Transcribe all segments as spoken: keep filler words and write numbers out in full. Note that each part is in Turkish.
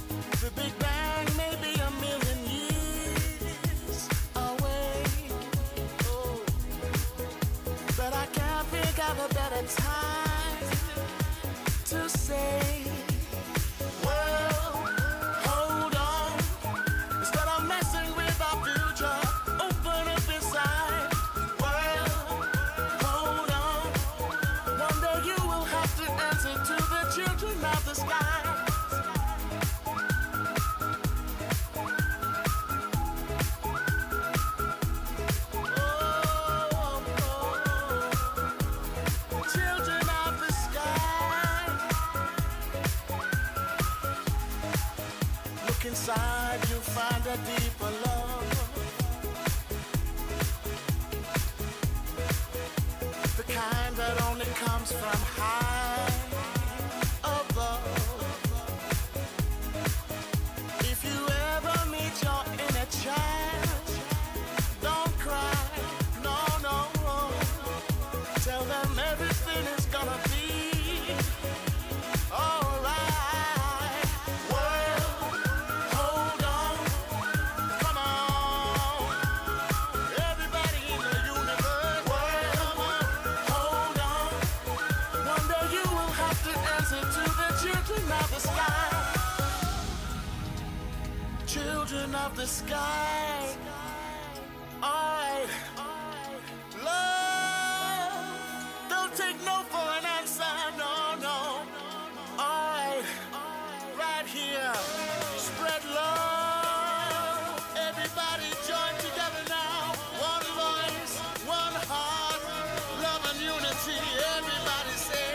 The Big Bang may be a million years away. Oh, but I can't think of a better time to say, well, hold on. Instead of messing with our future, open up inside. Well, hold on. One day you will have to answer to the children of the sky. Inside you find a deeper love, the kind that only comes from high above. If you ever meet your inner child, don't cry, no, no. Tell them everything is gonna be alright. Children of the sky, I love. Don't take no for an answer, no, no. I right here, spread love. Everybody join together now. One voice, one heart, love and unity. Everybody say.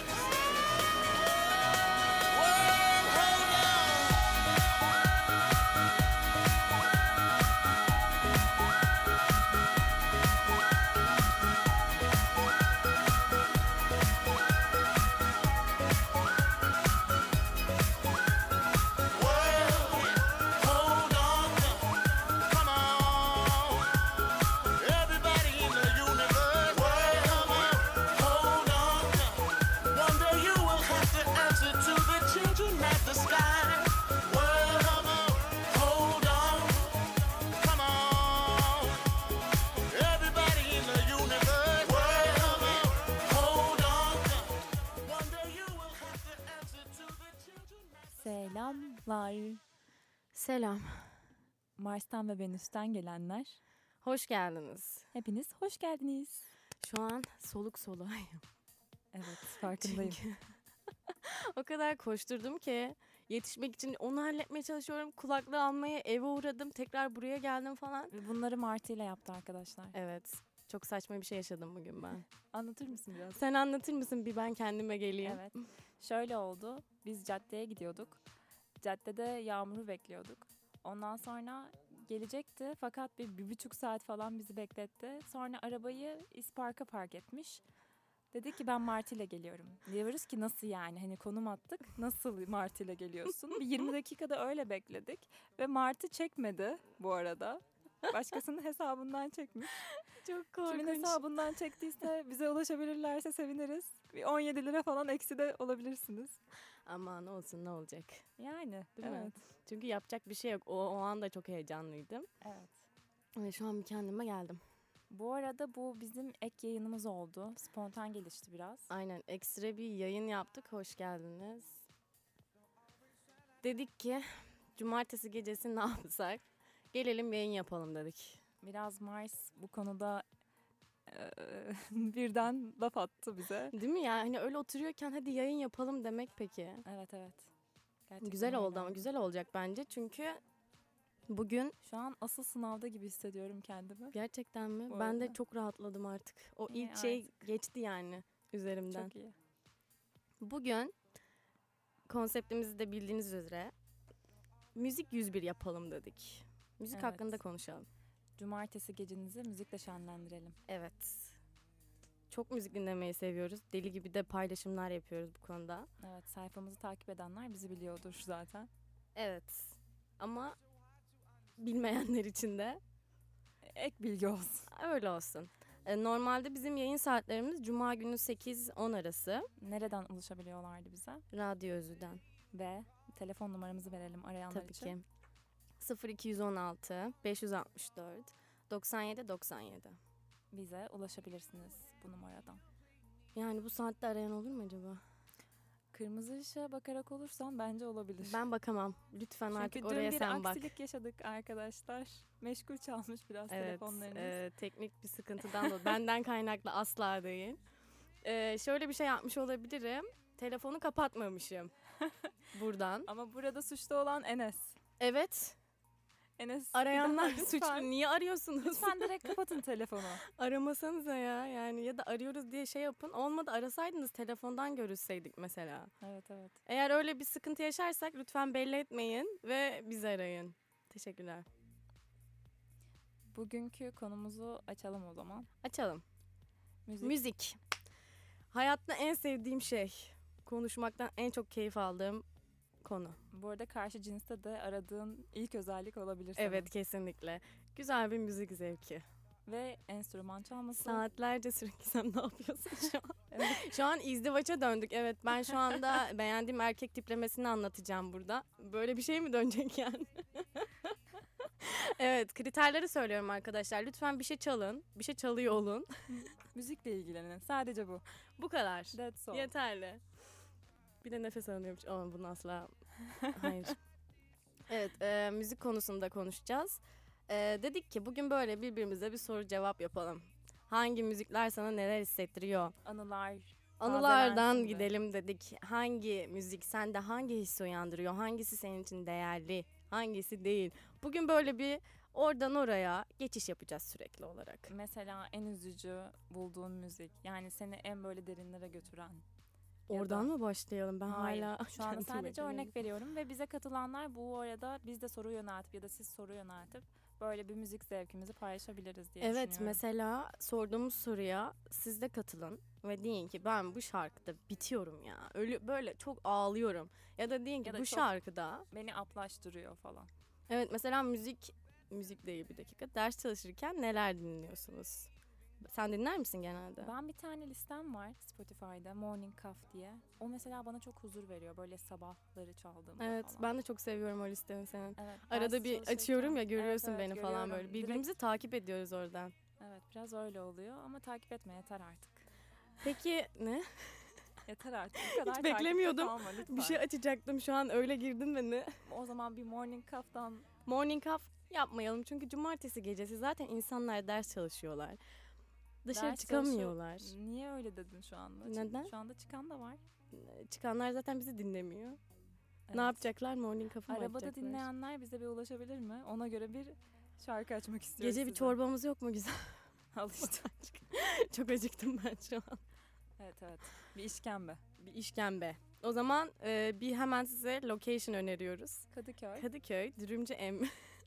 Selamlar. Selam. Mars'tan ve Venüs'ten gelenler. Hoş geldiniz. Hepiniz hoş geldiniz. Şu an soluk soluğayım. Evet, farkındayım. Çünkü o kadar koşturdum ki yetişmek için onu halletmeye çalışıyorum. Kulaklığı almaya eve uğradım. Tekrar buraya geldim falan. Ve bunları Martı ile yaptı arkadaşlar. Evet. Çok saçma bir şey yaşadım bugün ben. Anlatır mısın biraz? Sen anlatır mısın? Bir ben kendime geleyim. Evet. Şöyle oldu. Biz caddeye gidiyorduk. Caddede Yağmur'u bekliyorduk. Ondan sonra gelecekti fakat bir, bir buçuk saat falan bizi bekletti. Sonra arabayı İspark'a park etmiş. Dedi ki ben Martı ile geliyorum. Diyoruz ki nasıl yani? Hani konum attık. Nasıl Martı ile geliyorsun? Bir yirmi dakikada öyle bekledik. Ve Martı çekmedi bu arada. Başkasının hesabından çekmiş. Çok korkunç. Kimin hesabından çektiyse bize ulaşabilirlerse seviniriz. Bir on yedi lira falan eksi de olabilirsiniz. Aman olsun, ne olacak? Yani değil Evet. mi? Çünkü yapacak bir şey yok. O, o anda çok heyecanlıydım. Evet. Ve şu an bir kendime geldim. Bu arada bu bizim ek yayınımız oldu. Spontan gelişti biraz. Aynen, ekstra bir yayın yaptık. Hoş geldiniz. Dedik ki cumartesi gecesi ne yapsak? Gelelim yayın yapalım dedik. Biraz Mars bu konuda e, birden laf attı bize. Değil mi ya? Hani öyle oturuyorken hadi yayın yapalım demek peki. Evet evet. Gerçekten Güzel oldu öyle ama güzel olacak bence. Çünkü bugün Şu an asıl sınavda gibi hissediyorum kendimi. gerçekten mi? Bu Ben arada. de çok rahatladım artık. O İyi, ilk şey artık. geçti yani üzerimden. Çok iyi. Bugün konseptimizi de bildiğiniz üzere müzik yüz bir yapalım dedik. Müzik Evet. hakkında konuşalım. Cumartesi gecenizi müzikle şenlendirelim. Evet. Çok müzik dinlemeyi seviyoruz. Deli gibi de paylaşımlar yapıyoruz bu konuda. Evet, sayfamızı takip edenler bizi biliyordur zaten. Evet. Ama bilmeyenler için de Ek bilgi olsun. öyle olsun. E, Normalde bizim yayın saatlerimiz Cuma günü sekiz on arası. Nereden ulaşabiliyorlardı bize? Radyo Özü'den. Ve telefon numaramızı verelim arayanlar Tabii için. ki. sıfır iki on altı beş altı dört doksan yedi doksan yedi. Bize ulaşabilirsiniz bu numaradan. Yani bu saatte arayan olur mu acaba? Kırmızı ışığa bakarak olursan bence olabilir. Ben bakamam. Lütfen Çünkü artık dün oraya bir sen bak. aksilik yaşadık arkadaşlar. Meşgul çalmış biraz Evet, telefonlarınız. e, teknik bir sıkıntıdan dolayı. Benden kaynaklı asla değil. E, şöyle bir şey yapmış olabilirim. Telefonu kapatmamışım. Buradan. Ama burada suçlu olan Enes. Evet. Enes Arayanlar bir daha suçlu. lütfen, Niye arıyorsunuz? lütfen direkt kapatın telefonu. Aramasanıza ya. Yani ya da arıyoruz diye şey yapın. Olmadı arasaydınız telefondan görüşseydik mesela. Evet evet. Eğer öyle bir sıkıntı yaşarsak lütfen belli etmeyin ve bizi arayın. Teşekkürler. Bugünkü konumuzu açalım o zaman. Açalım. Müzik. Müzik. Hayatta en sevdiğim şey. Konuşmaktan en çok keyif aldığım konu. Bu arada karşı cinste de aradığın ilk özellik olabilir senin. Evet, kesinlikle. Güzel bir müzik zevki. Ve enstrüman çalması. Saatlerce sürekli sen ne yapıyorsun şu an? Evet. Şu an izdivaça döndük. Evet, ben şu anda beğendiğim erkek tiplemesini anlatacağım burada. Böyle bir şey mi dönecek yani? Evet, kriterleri söylüyorum arkadaşlar. Lütfen bir şey çalın. Bir şey çalıyor olun. Müzikle ilgilenin. Sadece bu. Bu kadar. That's all. Yeterli. Bir de nefes alınıyormuş. Ama bunu asla... Hayır. Evet, e, müzik konusunda konuşacağız. E, dedik ki bugün böyle birbirimize bir soru cevap yapalım. Hangi müzikler sana neler hissettiriyor? Anılar. Anılardan tazelensin de. gidelim dedik. Hangi müzik sende hangi hissi uyandırıyor? Hangisi senin için değerli? Hangisi değil? Bugün böyle bir oradan oraya geçiş yapacağız sürekli olarak. Mesela en üzücü bulduğun müzik. Yani seni en böyle derinlere götüren. Ya Oradan da- mı başlayalım? Ben Hayır. hala Şu anda kendime sadece gelemedim. örnek veriyorum ve bize katılanlar bu arada biz de soru yöneltip ya da siz soru yöneltip böyle bir müzik zevkimizi paylaşabiliriz diye Evet, düşünüyorum. mesela sorduğumuz soruya siz de katılın ve deyin ki ben bu şarkıda bitiyorum ya. Ölü böyle çok ağlıyorum. Ya da deyin ki Ya da bu çok- şarkıda Beni aplaştırıyor falan. evet, mesela müzik müzik değil, bir dakika. Ders çalışırken neler dinliyorsunuz? Sen dinler misin genelde? Ben bir tane listem var Spotify'da, Morning Cuff diye. O mesela bana çok huzur veriyor böyle sabahları çaldığımda Evet, falan. ben de çok seviyorum o listeni senin. Evet, Arada ders bir çalışırken- açıyorum ya, görüyorsun Evet, evet, beni falan görüyorum. böyle. Birbirimizi takip ediyoruz oradan. Direkt- evet, biraz öyle oluyor ama takip etme yeter artık. Peki ne? Yeter artık. Bu kadar Hiç takipte beklemiyordum. kalma lütfen. Bir şey açacaktım, şu an öyle girdin beni. O zaman bir Morning Cuff'tan Morning Cuff yapmayalım çünkü cumartesi gecesi zaten insanlar ders çalışıyorlar. Dışarı ders çıkamıyorlar. çalışıyor- Niye öyle dedin şu anda? Neden? Şu anda çıkan da var. Çıkanlar zaten bizi dinlemiyor. Evet. Ne yapacaklar? Morning Cuff'ı mı Arabada açacaklar? dinleyenler bize bir ulaşabilir mi? Ona göre bir şarkı açmak istiyoruz Gece bir size. çorbamız yok mu güzel? Al işte. Çok acıktım ben şu an. Evet evet. Bir işkembe. Bir işkembe. O zaman e, bir hemen size location öneriyoruz. Kadıköy. Kadıköy, Dürümcü M.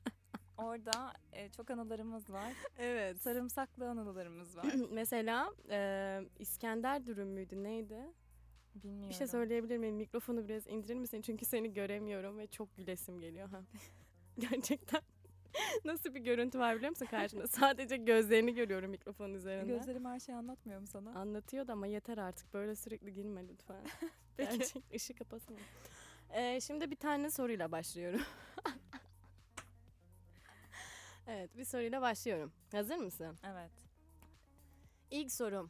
Orada e, çok anılarımız var. Evet. Sarımsaklı anılarımız var. Mesela e, İskender dürüm müydü neydi? Bilmiyorum. Bir şey söyleyebilir miyim? Mikrofonu biraz indirir misin? Çünkü seni göremiyorum ve çok gülesim geliyor. Ha. Gerçekten. Nasıl bir görüntü var biliyor musun karşında? Sadece gözlerini görüyorum mikrofonun üzerinde. Gözlerim her şeyi anlatmıyor mu sana? Anlatıyordu ama yeter artık. Böyle sürekli girme lütfen. Peki. Gerçek, ışığı kapatsana. Ee, şimdi bir tane soruyla başlıyorum. Evet, bir soruyla başlıyorum. Hazır mısın? Evet. İlk sorum.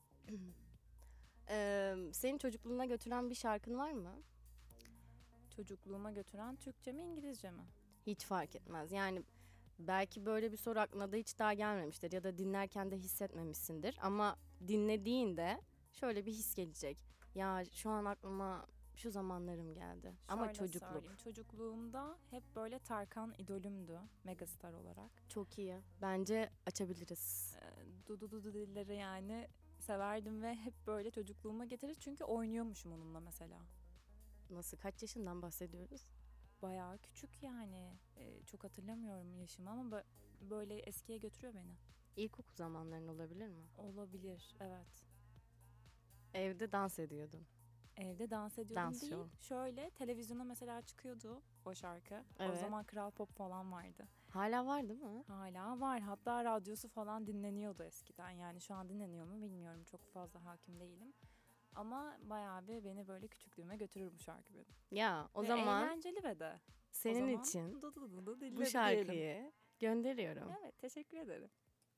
Ee, senin çocukluğuna götüren bir şarkın var mı? Çocukluğuma götüren Türkçe mi İngilizce mi? Hiç fark etmez. Yani belki böyle bir soru aklına da hiç daha gelmemiştir ya da dinlerken de hissetmemişsindir. Ama dinlediğinde şöyle bir his gelecek. Ya şu an aklıma şu zamanlarım geldi. Ama Şöyle çocukluk. söyleyeyim, Çocukluğumda hep böyle Tarkan idolümdü megastar olarak. Çok iyi. Bence açabiliriz. Ee, Dudu Dudu dilleri yani severdim ve hep böyle çocukluğuma getirir. Çünkü oynuyormuşum onunla mesela. Nasıl, kaç yaşından bahsediyoruz? Bayağı küçük yani. Ee, çok hatırlamıyorum yaşımı ama bö- böyle eskiye götürüyor beni. İlkokul zamanların olabilir mi? Olabilir, evet. Evde dans ediyordun. Evde dans ediyordum Dans değil. show. Şöyle televizyona mesela çıkıyordu o şarkı. O Evet. zaman Kral Pop falan vardı. Hala var değil mi? Hala var. Hatta radyosu falan dinleniyordu eskiden. Yani şu an dinleniyor mu bilmiyorum. Çok fazla hakim değilim. Ama bayağı bir beni böyle küçüklüğüme götürür bu şarkı benim. Ya o Ve zaman eğlenceli ve de. senin O zaman için du du du du bu dille şarkıyı diyelim. gönderiyorum. Evet, teşekkür ederim.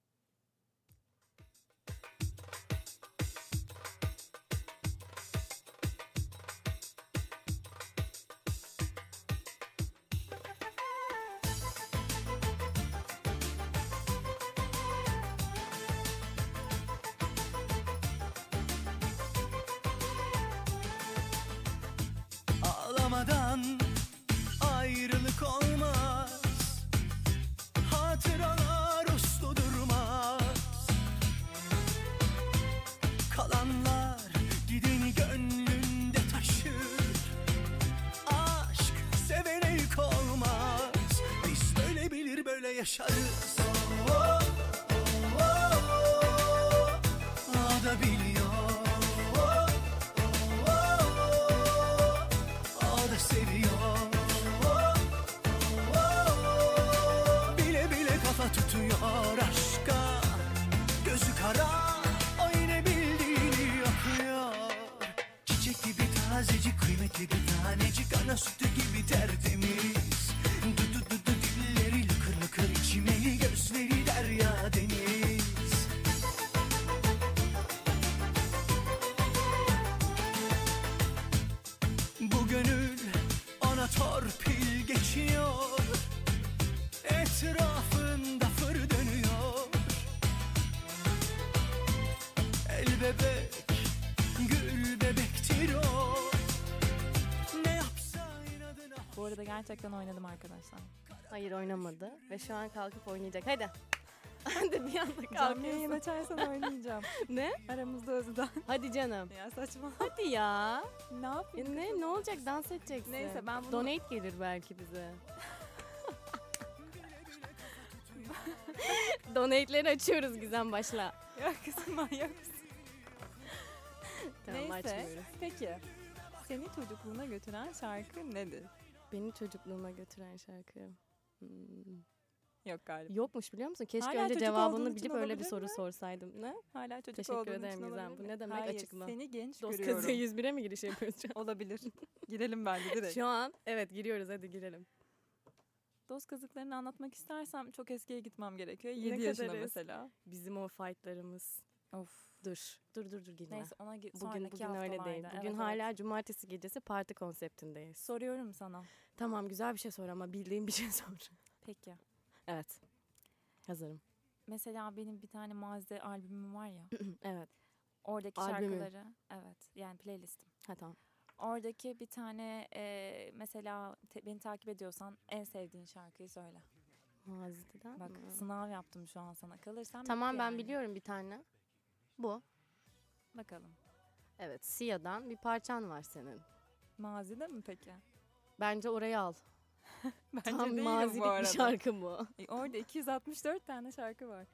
Ağlamadan ayrılık olmaz, hatıralar uslu durmaz. Kalanlar gideni gönlünde taşır. Aşk sevene yük olmaz. Biz böyle bilir böyle yaşarız. Oh, oh, oh, oh. O da biliyor. Oh, oh, oh. O da seviyor. Oh, oh, oh. Bile bile kafa tutuyor aşka. Gözü kara, o yine bildiğini yapıyor. Çiçek gibi tazecik, kıymetli bir tanecik, ana sütü gibi tertemiz. Du du du du dilleri lıkır lıkır içimeli, gözleri derya deniz. Bu gönül ona torpil geçiyor. Etrafında fır dönüyor. El bebek, gül bebektir o. Ne yapsa inadına. Bu arada gerçekten oynadım arkadaşlar. Hayır, oynamadı ve şu an kalkıp oynayacak. Hadi. Hadi bir anda Canlı yayın kalkıyorsun. açarsan oynayacağım. Ne? Aramızda özden. Hadi canım. Ya saçma. Hadi ya. Ne E yapayım? ne ne olacak, dans edeceksin. Neyse, ben bunu- Donate gelir belki bize. Donate'leri açıyoruz, Gizem başla. Ya kızım, manyak mısın? Tamam, Neyse. açmıyoruz. Peki. Seni çocukluğuna götüren şarkı nedir? Beni çocukluğuma götüren şarkı. Hmm. Yok galiba. Yokmuş, biliyor musun? Keşke Hala önce çocuk olduğun cevabını için bilip öyle bir olabilir soru mi? sorsaydım. Ne? Hala çocuk Teşekkür olduğun ederim için Gizem. olabilir Bu mi? ne demek? Hayır, Açıkla. seni genç Dost görüyorum. kazığı yüz bire mi giriş yapıyoruz şu an? Olabilir. Girelim bence direkt. Şu an evet giriyoruz, hadi girelim. Dost kazıklarını anlatmak istersem çok eskiye gitmem gerekiyor. Ne yedi yaşında kadar mesela. Bizim o fightlarımız. Of. Dur. Dur dur dur girme. Neyse, ona gi- Bugün sonraki bugün öyle değil. haftalarda. Bugün Evet, hala evet. cumartesi gecesi parti konseptindeyiz. Soruyorum sana. Tamam, güzel bir şey sor ama bildiğim bir şey sor. Peki. Evet. Hazırım. Mesela benim bir tane Mazide albümüm var ya. Evet. Oradaki Albümün. şarkıları. Evet. Yani playlistim. Ha tamam. Oradaki bir tane e, mesela te- beni takip ediyorsan en sevdiğin şarkıyı söyle. Mazideden Bak, mi? sınav yaptım şu an sana. Kalırsan Tamam, bitti ben yani. biliyorum bir tane. Bu. Bakalım. Evet, Sia'dan bir parçan var senin. Mazide mi peki? Bence orayı al. Bence Tam değilim mazilik bu arada. bir şarkı bu. E, orada iki yüz altmış dört tane şarkı var.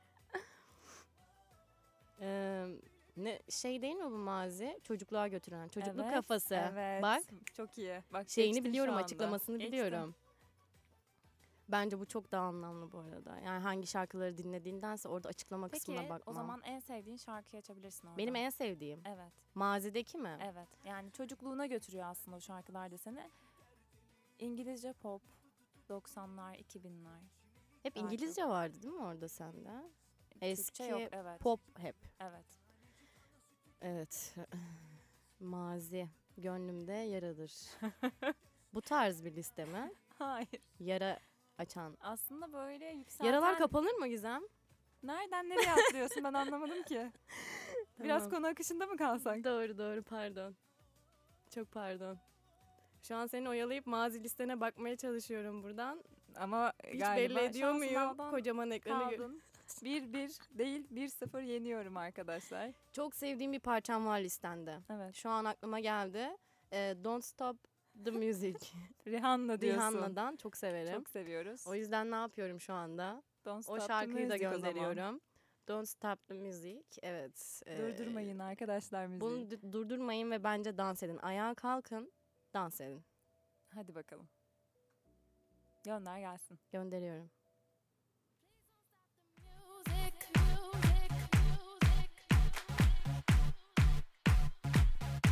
Ee, ne şey değil mi bu mazi? Çocukluğa götüren. Çocukluk Evet, kafası. Evet. Bak. Çok iyi. Bak, Şeyini geçtin biliyorum, şu anda. açıklamasını Geçtin. biliyorum. Bence bu çok daha anlamlı bu arada. Yani hangi şarkıları dinlediğindense orada açıklama kısmına Peki bakma. o zaman en sevdiğin şarkıyı açabilirsin orada. Benim en sevdiğim. Evet. Mazideki mi? Evet. Yani çocukluğuna götürüyor aslında o şarkılar da seni. İngilizce pop. doksanlar, iki binler. Hep Daha İngilizce vardı değil mi orada sende? Eski Türkçe yok, evet. pop hep. Evet. Evet. Mazi gönlümde yaradır. Bu tarz bir liste mi? Hayır. Yara açan. Aslında böyle yükselten... Yaralar kapanır mı Gizem? Nereden nereye atlıyorsun, ben anlamadım ki. Biraz Tamam. konu akışında mı kalsak? Doğru doğru, pardon. Çok pardon. Şu an seni oyalayıp mazi listene bakmaya çalışıyorum buradan. Ama Hiç galiba belli ediyor şu an muyum? sınavdan Kocaman ekranı gör- kaldın. bir bir değil bir sıfır yeniyorum arkadaşlar. Çok sevdiğim bir parçam var listende. Evet. Şu an aklıma geldi. Ee, Don't Stop the Music. Rihanna diyorsun. Rihanna'dan çok severim. Çok seviyoruz. O yüzden ne yapıyorum şu anda? Don't O Stop the şarkıyı da Music o zaman. gönderiyorum. Don't Stop the Music. Evet. e, Durdurmayın arkadaşlar müziği. Bunu d- durdurmayın ve bence dans edin. Ayağa kalkın, dans edin. Hadi bakalım. Gönder gelsin. Gönderiyorum. Music, music, music.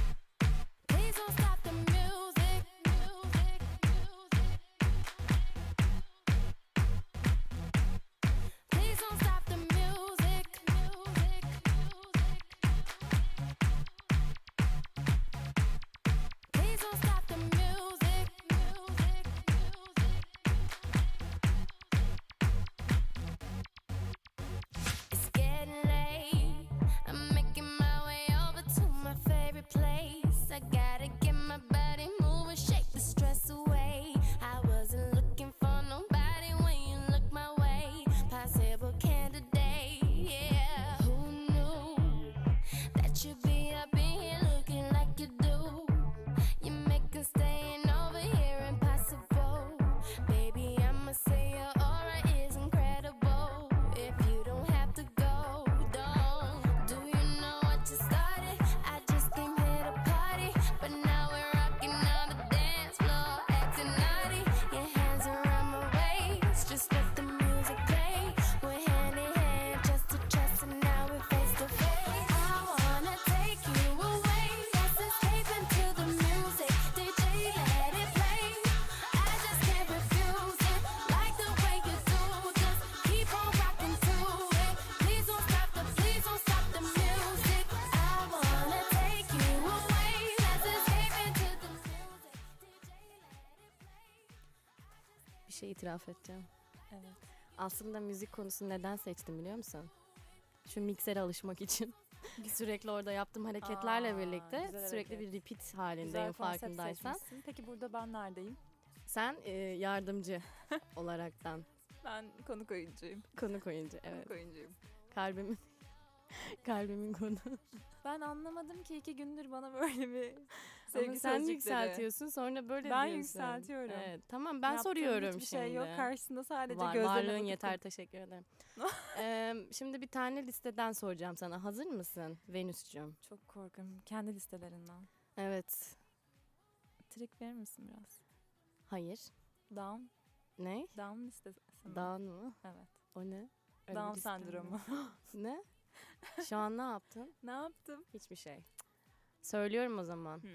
Baby, I'ma say your aura is incredible. If you don't have to go, don't. Do you know what you started? I just came here to party, but now we're rocking on the dance floor, acting naughty. Your hands around my waist, just let the music play. We're hand in hand, just to trust, and now we're face to face. I wanna take you away, let's escape into the music. D J, let it play. I just can't refuse it, like the way you do. Just keep on rocking to it. Please don't stop the, please don't stop the music. I wanna take you away, let's escape into the music. D J, let it play. Bir şey itiraf edeceğim. Evet. Aslında müzik konusunu neden seçtim biliyor musun? Şu miksere alışmak için. Sürekli orada yaptığım hareketlerle Aa, birlikte güzel sürekli hareket. bir repeat halindeyim Güzel konsept farkındaysan. seçmişsin. Peki burada ben neredeyim? Sen e, yardımcı olaraktan Ben konuk oyuncuyum. konuk oyuncu. Evet. Konuk oyuncuyum. Kalbimin kalbimin konu. Ben anlamadım ki iki gündür bana böyle bir sevgi Ama sen sözcükleri. yükseltiyorsun sonra böyle Ben diyorsun. yükseltiyorum. Evet, tamam ben Yaptığım soruyorum hiçbir şimdi. şey yok karşısında sadece Var, gözlerine varlığın bakıp- yeter, teşekkür ederim. Ee, şimdi bir tane listeden soracağım sana. Hazır mısın Venüs'cüğüm? Çok korkuyorum kendi listelerinden. Evet. Trik verir misin biraz? Hayır. Down, Ne? Down listesi. mi? Down mı? Evet. O ne? Öyle Down bir liste mi? sendromu. Ne? Şu an ne yaptın? Ne yaptım? Hiçbir şey. Söylüyorum o zaman. Hı.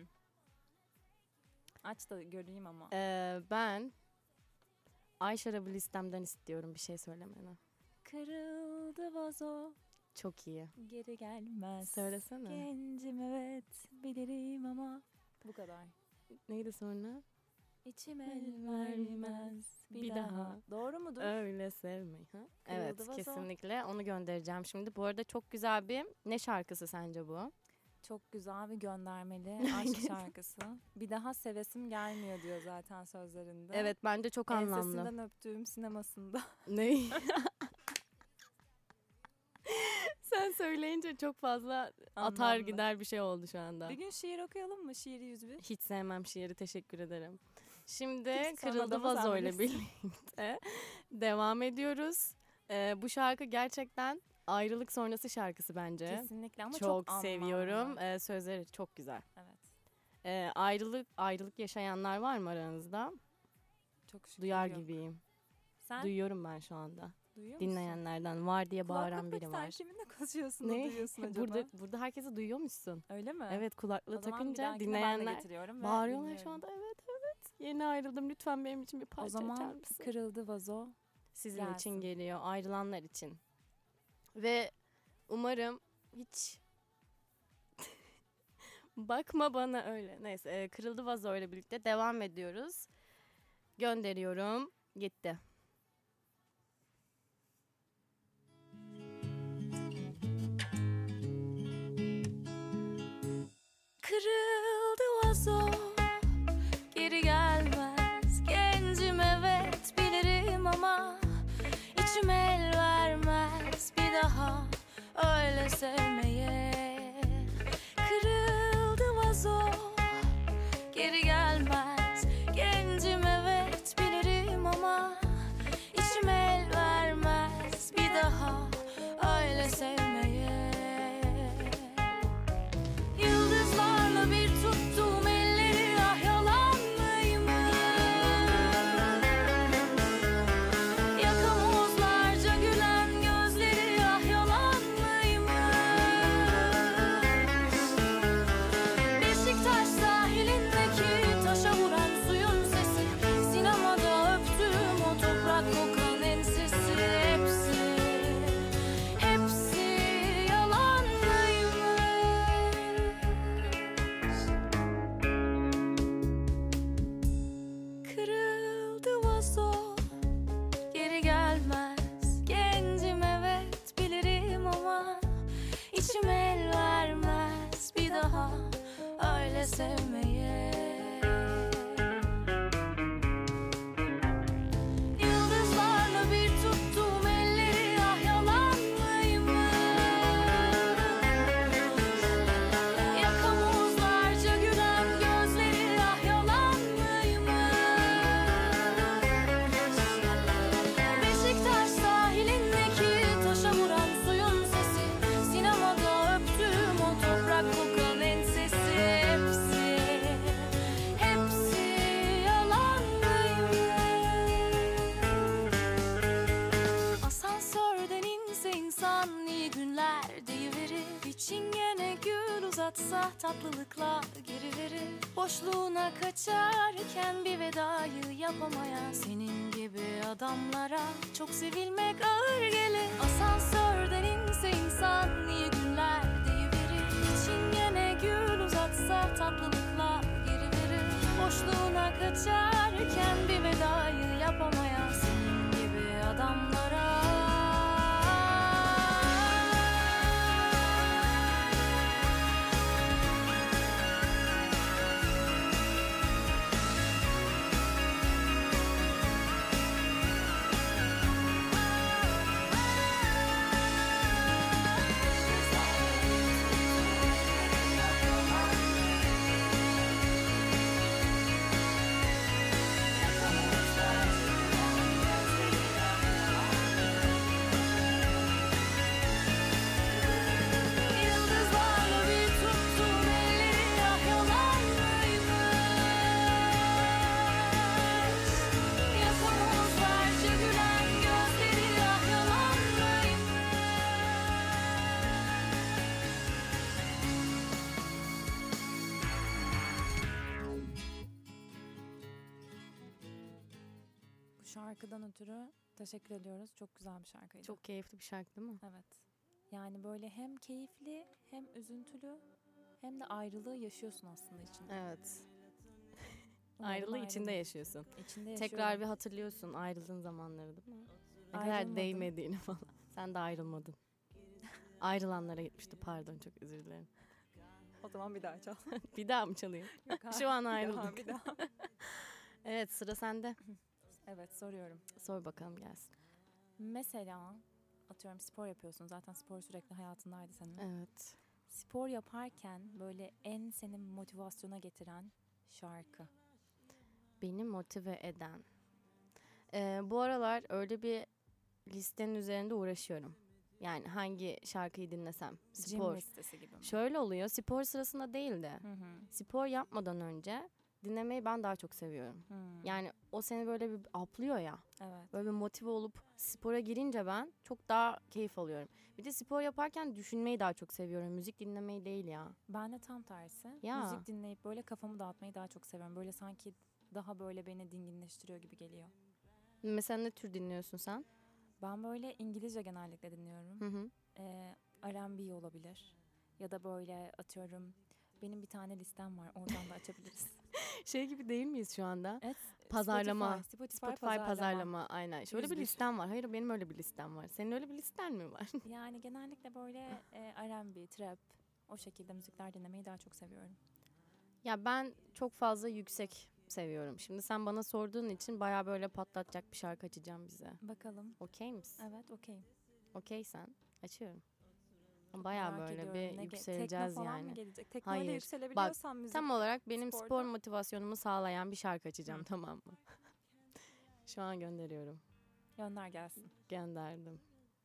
Aç da göreyim ama. Ee, ben ay şarabı listemden istiyorum bir şey söylemeni. Kırıldı vazo, Çok iyi. geri gelmez. Söylesene. Gencim evet, bilirim ama. Bu kadar. Neydi sonra? İçim el vermez bir, Bir daha. daha. Doğru mudur? Öyle sevmeyi. Ha? Evet vazo. kesinlikle onu göndereceğim şimdi. Bu arada çok güzel bir ne şarkısı sence bu? Çok güzel bir göndermeli aşk şarkısı. Bir daha sevesim gelmiyor diyor zaten sözlerinde. Evet bence çok anlamlı. Ensesinden öptüğüm sinemasında. Ne? Sen söyleyince çok fazla atar Anlamlı. gider bir şey oldu şu anda. Bir gün şiir okuyalım mı? Şiiri yüz bir. Hiç sevmem şiiri, teşekkür ederim. Şimdi Hiç Kırıldı sormadan mı sen Vazo ile bilirsin? birlikte devam ediyoruz. Ee, bu şarkı gerçekten ayrılık sonrası şarkısı bence. Kesinlikle ama çok, çok anlamlı. seviyorum. Ee, sözleri çok güzel. Evet. Ee, ayrılık ayrılık yaşayanlar var mı aranızda? Çok şükür Duyar yok. gibiyim. Sen Duyuyorum ben şu anda. duyuyor musun? Dinleyenlerden var diye bağıran Kulaklık biri tak, var. Sen kiminle konuşuyorsun da Ne? duyuyorsun acaba? Burada burada herkesi duyuyormuşsun. Öyle mi? Evet kulaklığı O zaman bir takınca dahakine ben de dinleyenler getiriyorum ve bağırıyorlar şu dinliyorum. anda. Evet evet. Yeni ayrıldım. Lütfen benim için bir parça O açar zaman mısın? kırıldı vazo. Sizin gelsin. için geliyor. Ayrılanlar için. Ve umarım hiç bakma bana öyle. Neyse e, kırıldı vazo ile birlikte devam ediyoruz. Gönderiyorum. Gitti. Kırıldı vazo, geri gelmez. Gencim evet bilirim ama içim el vermez bir daha öyle sevmeye. Kırıldı vazo, geri gelmez. Gencim evet bilirim ama içim el vermez bir daha öyle sevmeye. Yıldızlarla bir tuttuğum elleri ah yalan mıymış? Yakamozlarca gülen gözleri ah yalan mıymış? Beşiktaş sahilindeki taşa vuran suyun sesi, sinemada öptüğüm o toprak kokan ensesi, hepsi, hepsi yalan mıymış? Kırıldı vazo, geri gelmez. Gencim evet bilirim ama içim el vermez bir daha öyle sevmeye. Yıldızlarla bir tuttuğum elleri ah yalan mıymış? Yakamozlarca gülen gözleri ah yalan mıymış? uzatsa tatlılıkla geri verir. Boşluğuna kaçarken bir vedayı yapamayan senin gibi adamlara çok sevilmek ağır gelir. Asansörden inse insan iyi günler deyiverir. Çingene gül uzatsa tatlılıkla geri verir. Boşluğuna kaçarken bir vedayı yapamayan senin gibi adamlara. Yıldızlarla bir tuttum elleri, ah yalan mıymış? Yakamozlarca gülen gözleri, ah yalan mıymış? Bu şarkıdan ötürü teşekkür ediyoruz. Çok güzel bir şarkıydı. Çok keyifli bir şarkı değil mi? Evet. Yani böyle hem keyifli hem üzüntülü hem de ayrılığı yaşıyorsun aslında içinde. Evet. Umarım Ayrılığı içinde ayrılır. yaşıyorsun. İçinde Tekrar yaşıyorum. bir hatırlıyorsun ayrıldığın zamanları değil mi? Ne Ayrılmadım. kadar değmediğini falan. Sen de ayrılmadın. Ayrılanlara gitmişti, pardon, çok özür dilerim. O zaman bir daha çal. Bir daha mı çalayım? Yok, hayır. Şu an Bir daha, ayrıldık. bir daha. Evet, sıra sende. Evet, soruyorum. Sor bakalım gelsin. Mesela atıyorum spor yapıyorsun. Zaten spor sürekli hayatındaydı senin. Evet. Spor yaparken böyle en senin motivasyona getiren şarkı. Beni motive eden. Ee, bu aralar öyle bir listenin üzerinde uğraşıyorum. Yani hangi şarkıyı dinlesem. Gym Spor. listesi gibi mi? Şöyle oluyor, spor sırasında değil de Hı hı. spor yapmadan önce dinlemeyi ben daha çok seviyorum. Hı. Yani o seni böyle bir aplıyor ya. Evet. Böyle bir motive olup spora girince ben çok daha keyif alıyorum. Bir de spor yaparken düşünmeyi daha çok seviyorum. Müzik dinlemeyi değil ya. Ben de tam tersi. Ya. Müzik dinleyip böyle kafamı dağıtmayı daha çok seviyorum. Böyle sanki daha böyle beni dinginleştiriyor gibi geliyor. Mesela ne tür dinliyorsun sen? Ben böyle İngilizce genellikle dinliyorum. Hı hı. Ee, R and B olabilir. Ya da böyle atıyorum. Benim bir tane listem var. Oradan da açabiliriz. Şey gibi değil miyiz şu anda? Evet. Pazarlama. Spotify, Spotify, Spotify pazarlama. pazarlama. Aynen. Şöyle Yüz bir bir. listem var. Hayır, benim öyle bir listem var. Senin öyle bir listen mi var? Yani genellikle böyle e, R and B, trap o şekilde müzikler dinlemeyi daha çok seviyorum. Ya ben çok fazla yüksek seviyorum. Şimdi sen bana sorduğun için bayağı böyle patlatacak bir şarkı açacağım bize. Bakalım. Okey misin? Evet, okey. Okeysen açıyorum. Bayağı Merak böyle ediyorum. bir Ne ge- yükseleceğiz tekno falan yani. mı gelecek? Teknoyla Hayır. yükselebiliyorsan müzik. Tam olarak benim sporda. spor motivasyonumu sağlayan bir şarkı açacağım, Hı. tamam mı? Şu an gönderiyorum. Gönder gelsin. Gönderdim.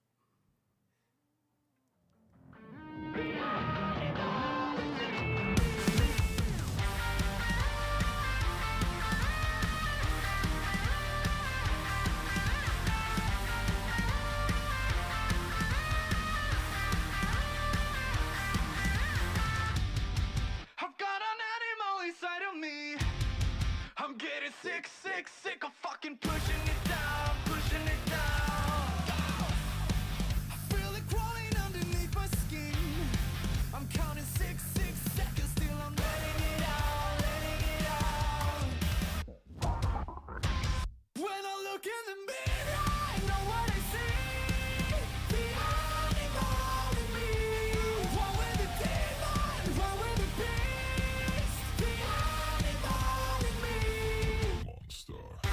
I've got an animal inside of me. I'm getting sick, sick, sick of fucking pushing it down, pushing it down. I feel it crawling underneath my skin. I'm counting six, six seconds, still I'm letting it out, letting it out. When I look in the mirror, I know what I see. The animal in me. One with the demon, one with the beast. The animal in me. Monster.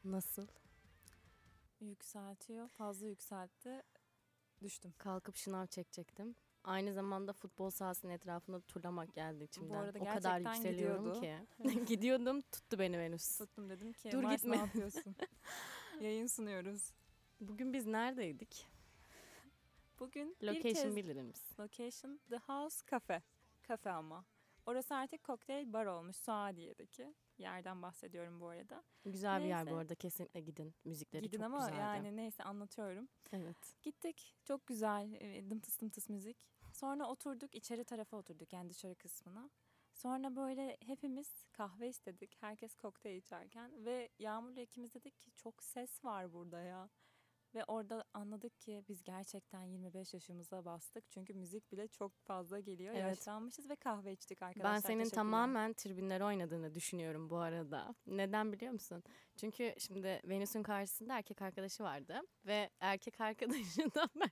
Nasıl? Yükseltiyor. Fazla yükseltti. Düştüm. Kalkıp şınav çekecektim. Aynı zamanda futbol sahasının etrafında turlamak geldi içimden. arada O kadar gerçekten yükseliyorum gidiyordu. ki. Gidiyordum, tuttu beni Venüs. Tuttum, dedim ki Dur, Mars gitme. ne yapıyorsun? Yayın sunuyoruz. Bugün biz neredeydik? Bugün bir Location kez bilir misin? location The House Cafe. Kafe ama. Orası artık kokteyl bar olmuş, Suadiye'deki yerden bahsediyorum bu arada. Güzel bir yer Neyse. bu arada, kesinlikle gidin. Müzikleri Gidin çok ama güzeldi. yani neyse anlatıyorum. Evet. Gittik. Çok güzel. e, Dımtıs dımtıs müzik. Sonra oturduk. İçeri tarafa oturduk. Yani dışarı kısmına. Sonra böyle hepimiz kahve istedik. Herkes kokteyl içerken. Ve Yağmur'la ikimiz dedik ki çok ses var burada ya. Ve orada anladık ki biz gerçekten yirmi beş yaşımıza bastık. Çünkü müzik bile çok fazla geliyor. Evet. Yaşlanmışız ve kahve içtik arkadaşlar. Ben senin Teşekkürler. tamamen tribünlere oynadığını düşünüyorum bu arada. Neden biliyor musun? Çünkü şimdi Venüs'ün karşısında erkek arkadaşı vardı. Ve erkek arkadaşı da ben.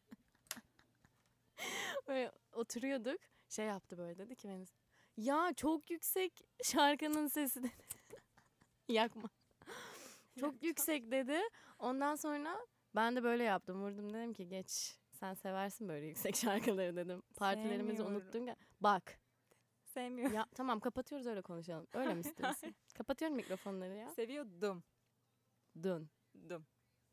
Böyle oturuyorduk. Şey yaptı böyle, dedi ki Venüs. Ya çok yüksek şarkının sesi dedi. Yakma. Çok yüksek dedi. Ondan sonra ben de böyle yaptım. Vurdum, dedim ki geç. Sen seversin böyle yüksek şarkıları dedim. Partilerimizi Sevmiyorum. unuttun. ya- Bak. Sevmiyorum. Ya tamam, kapatıyoruz, öyle konuşalım. Öyle mi istiyorsun? Kapatıyorum mikrofonları ya. Seviyordum. Dön. Dum.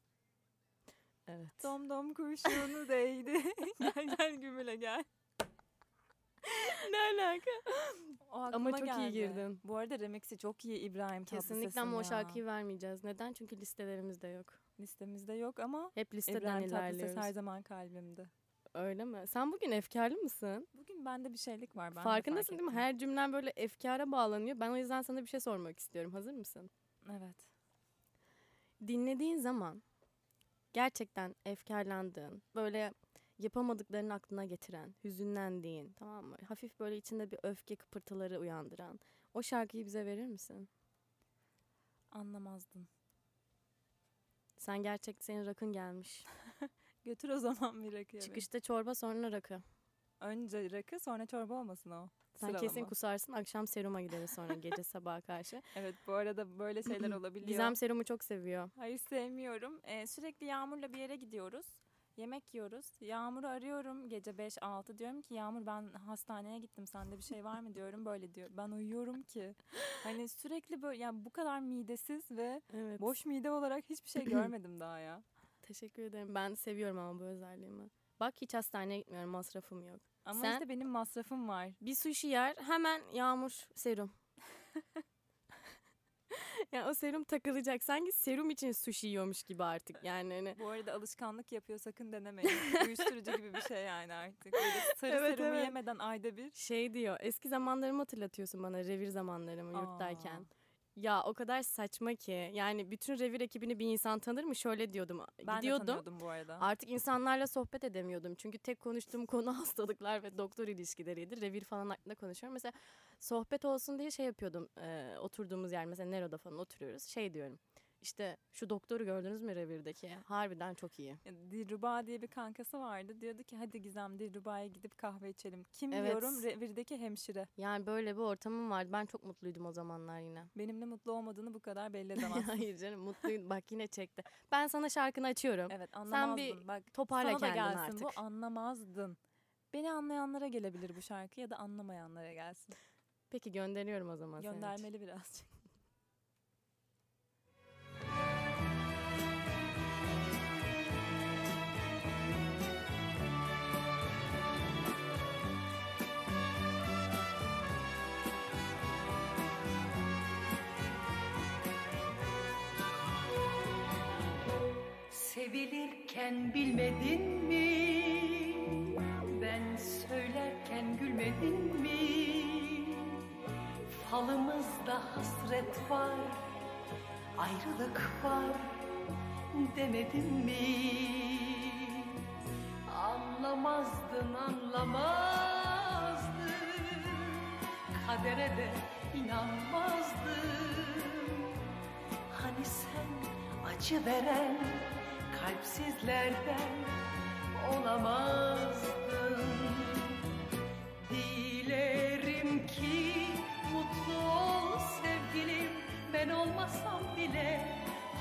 Evet. Dom dom kurşunu değdi. Gel gel gümüle gel. Ne alaka? O Ama aklıma çok iyi geldi. girdin. Bu arada remix'i çok iyi İbrahim Tatlıses'in Kesinlikle ama o ya. şarkıyı vermeyeceğiz. Neden? Çünkü listelerimizde yok. Listemizde yok ama Hep listeden İbrahim Tatlıses ilerliyoruz. her zaman kalbimde. Öyle mi? Sen bugün efkarlı mısın? Bugün bende bir şeylik var. Ben de Farkındasın fark değil mi? ettim. Her cümlen böyle efkara bağlanıyor. Ben o yüzden sana bir şey sormak istiyorum. Hazır mısın? Evet. Dinlediğin zaman gerçekten efkarlandığın, böyle yapamadıklarını aklına getiren, hüzünlendiğin, tamam mı? Hafif böyle içinde bir öfke kıpırtıları uyandıran o şarkıyı bize verir misin? Anlamazdın. Sen gerçek, senin rakın gelmiş. Götür o zaman bir rakıya. beni. Çıkışta çorba, sonra rakı. Önce rakı sonra çorba olmasın o. Sen Sıralama. kesin kusarsın, akşam seruma gideriz sonra gece sabaha karşı. Evet, bu arada böyle şeyler olabiliyor. Gizem serumu çok seviyor. Hayır, sevmiyorum. Ee, sürekli Yağmur'la bir yere gidiyoruz. Yemek yiyoruz. Yağmur'u arıyorum gece beş altı, diyorum ki Yağmur ben hastaneye gittim, sende bir şey var mı diyorum, böyle diyor. Ben uyuyorum ki. Hani sürekli böyle, yani bu kadar midesiz ve Evet. boş mide olarak hiçbir şey görmedim daha ya. Teşekkür ederim. Ben seviyorum ama bu özelliğimi. Bak, hiç hastaneye gitmiyorum, masrafım yok. Ama Sen- işte benim masrafım var. Bir sushi yer, hemen Yağmur serum. Ya o serum takılacak. Sanki serum için sushi yiyormuş gibi artık. Yani hani. Bu arada alışkanlık yapıyor, sakın denemeyin. Uyuşturucu gibi bir şey yani artık. Böyle sarı Evet, serumu evet. yemeden ayda bir. Şey diyor, eski zamanlarımı hatırlatıyorsun bana, revir zamanlarımı yurttayken. Aa. Ya o kadar saçma ki. Yani bütün revir ekibini bir insan tanır mı? Şöyle diyordum. Ben Gidiyordum. de tanıyordum bu arada. Artık insanlarla sohbet edemiyordum. Çünkü tek konuştuğum konu hastalıklar ve doktor ilişkileriydi. Revir falan hakkında konuşuyorum. Mesela sohbet olsun diye şey yapıyordum. Ee, oturduğumuz yer mesela Nero'da falan oturuyoruz. Şey diyorum. İşte şu doktoru gördünüz mü revirdeki? Harbiden çok iyi. Ya, Dilruba diye bir kankası vardı. Diyordu ki hadi Gizem Dilruba'ya gidip kahve içelim. Kim Evet. diyorum? Revirdeki hemşire. Yani böyle bir ortamım vardı. Ben çok mutluydum o zamanlar yine. Benimle mutlu olmadığını bu kadar belli edemezsin. Hayır canım, mutluydum. Bak yine çekti. Ben sana şarkını açıyorum. Evet, anlamazdın. bir Bak, Toparla sana da kendini gelsin artık. bu, anlamazdın. Beni anlayanlara gelebilir bu şarkı ya da anlamayanlara gelsin. Peki gönderiyorum o zaman seni. Göndermeli birazcık. Sevilirken bilmedin mi? Ben söylerken gülmedin mi? Falımızda hasret var, ayrılık var demedim mi? Anlamazdın, anlamazdın, kadere de inanmazdın. Hani sen acı veren kalpsizlerden olamazdın. Dilerim ki mutlu ol sevgilim, ben olmasam bile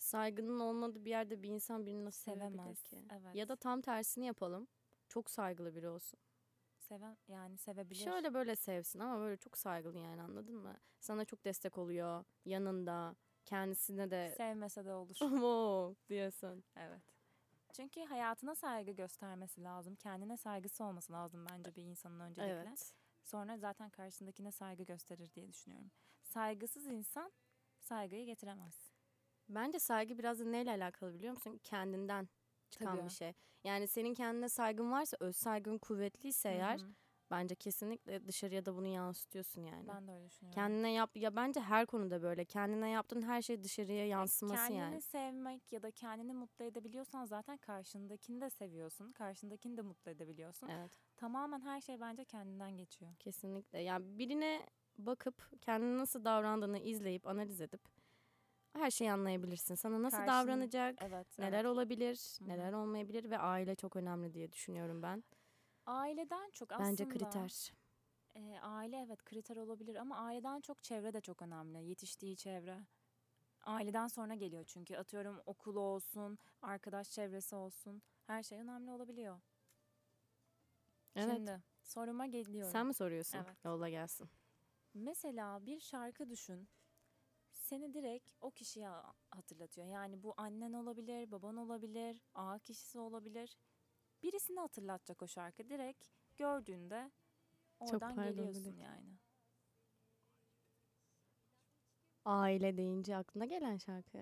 Saygının olmadığı bir yerde bir insan birini nasıl sevebilir Sevemez. ki? Evet. Ya da tam tersini yapalım. Çok saygılı biri olsun. Seven yani sevebilir. Şöyle böyle sevsin ama böyle çok saygılı yani, anladın mı? Sana çok destek oluyor. Yanında. Kendisine de Sevmese de olur. "Oo" diyorsun. Evet. Çünkü hayatına saygı göstermesi lazım. Kendine saygısı olması lazım bence bir insanın öncelikle. Evet. Sonra zaten karşısındakine saygı gösterir diye düşünüyorum. Saygısız insan saygıyı getiremez. Bence saygı biraz da neyle alakalı biliyor musun? Kendinden çıkan Tabii. bir şey. Yani senin kendine saygın varsa, öz saygın kuvvetliyse eğer, Hı hı. bence kesinlikle dışarıya da bunu yansıtıyorsun yani. Ben de öyle düşünüyorum. Kendine yap, ya bence her konuda böyle. Kendine yaptığın her şey dışarıya yansıması Kendini yani. sevmek ya da kendini mutlu edebiliyorsan zaten karşındakini de seviyorsun. Karşındakini de mutlu edebiliyorsun. Evet, Tamamen her şey bence kendinden geçiyor. kesinlikle. Yani birine bakıp kendine nasıl davrandığını izleyip analiz edip her şeyi anlayabilirsin. Sana nasıl Karşın- davranacak, Evet. neler evet. olabilir, Hı hı. neler olmayabilir ve aile çok önemli diye düşünüyorum ben. Aileden çok aslında. Bence kriter. e, aile evet kriter olabilir ama aileden çok çevre de çok önemli. Yetiştiği çevre. Aileden sonra geliyor çünkü atıyorum okulu olsun, arkadaş çevresi olsun. Her şey önemli olabiliyor. Evet. Şimdi soruma geliyorum. Sen mi soruyorsun? Evet. Yolla gelsin. Mesela bir şarkı düşün. Seni direkt o kişiye hatırlatıyor. Yani bu annen olabilir, baban olabilir, ağa kişisi olabilir. Birisini hatırlatacak o şarkı. Direkt gördüğünde oradan pardon, bir geliyorsun dakika. yani. Aile deyince aklına gelen şarkı.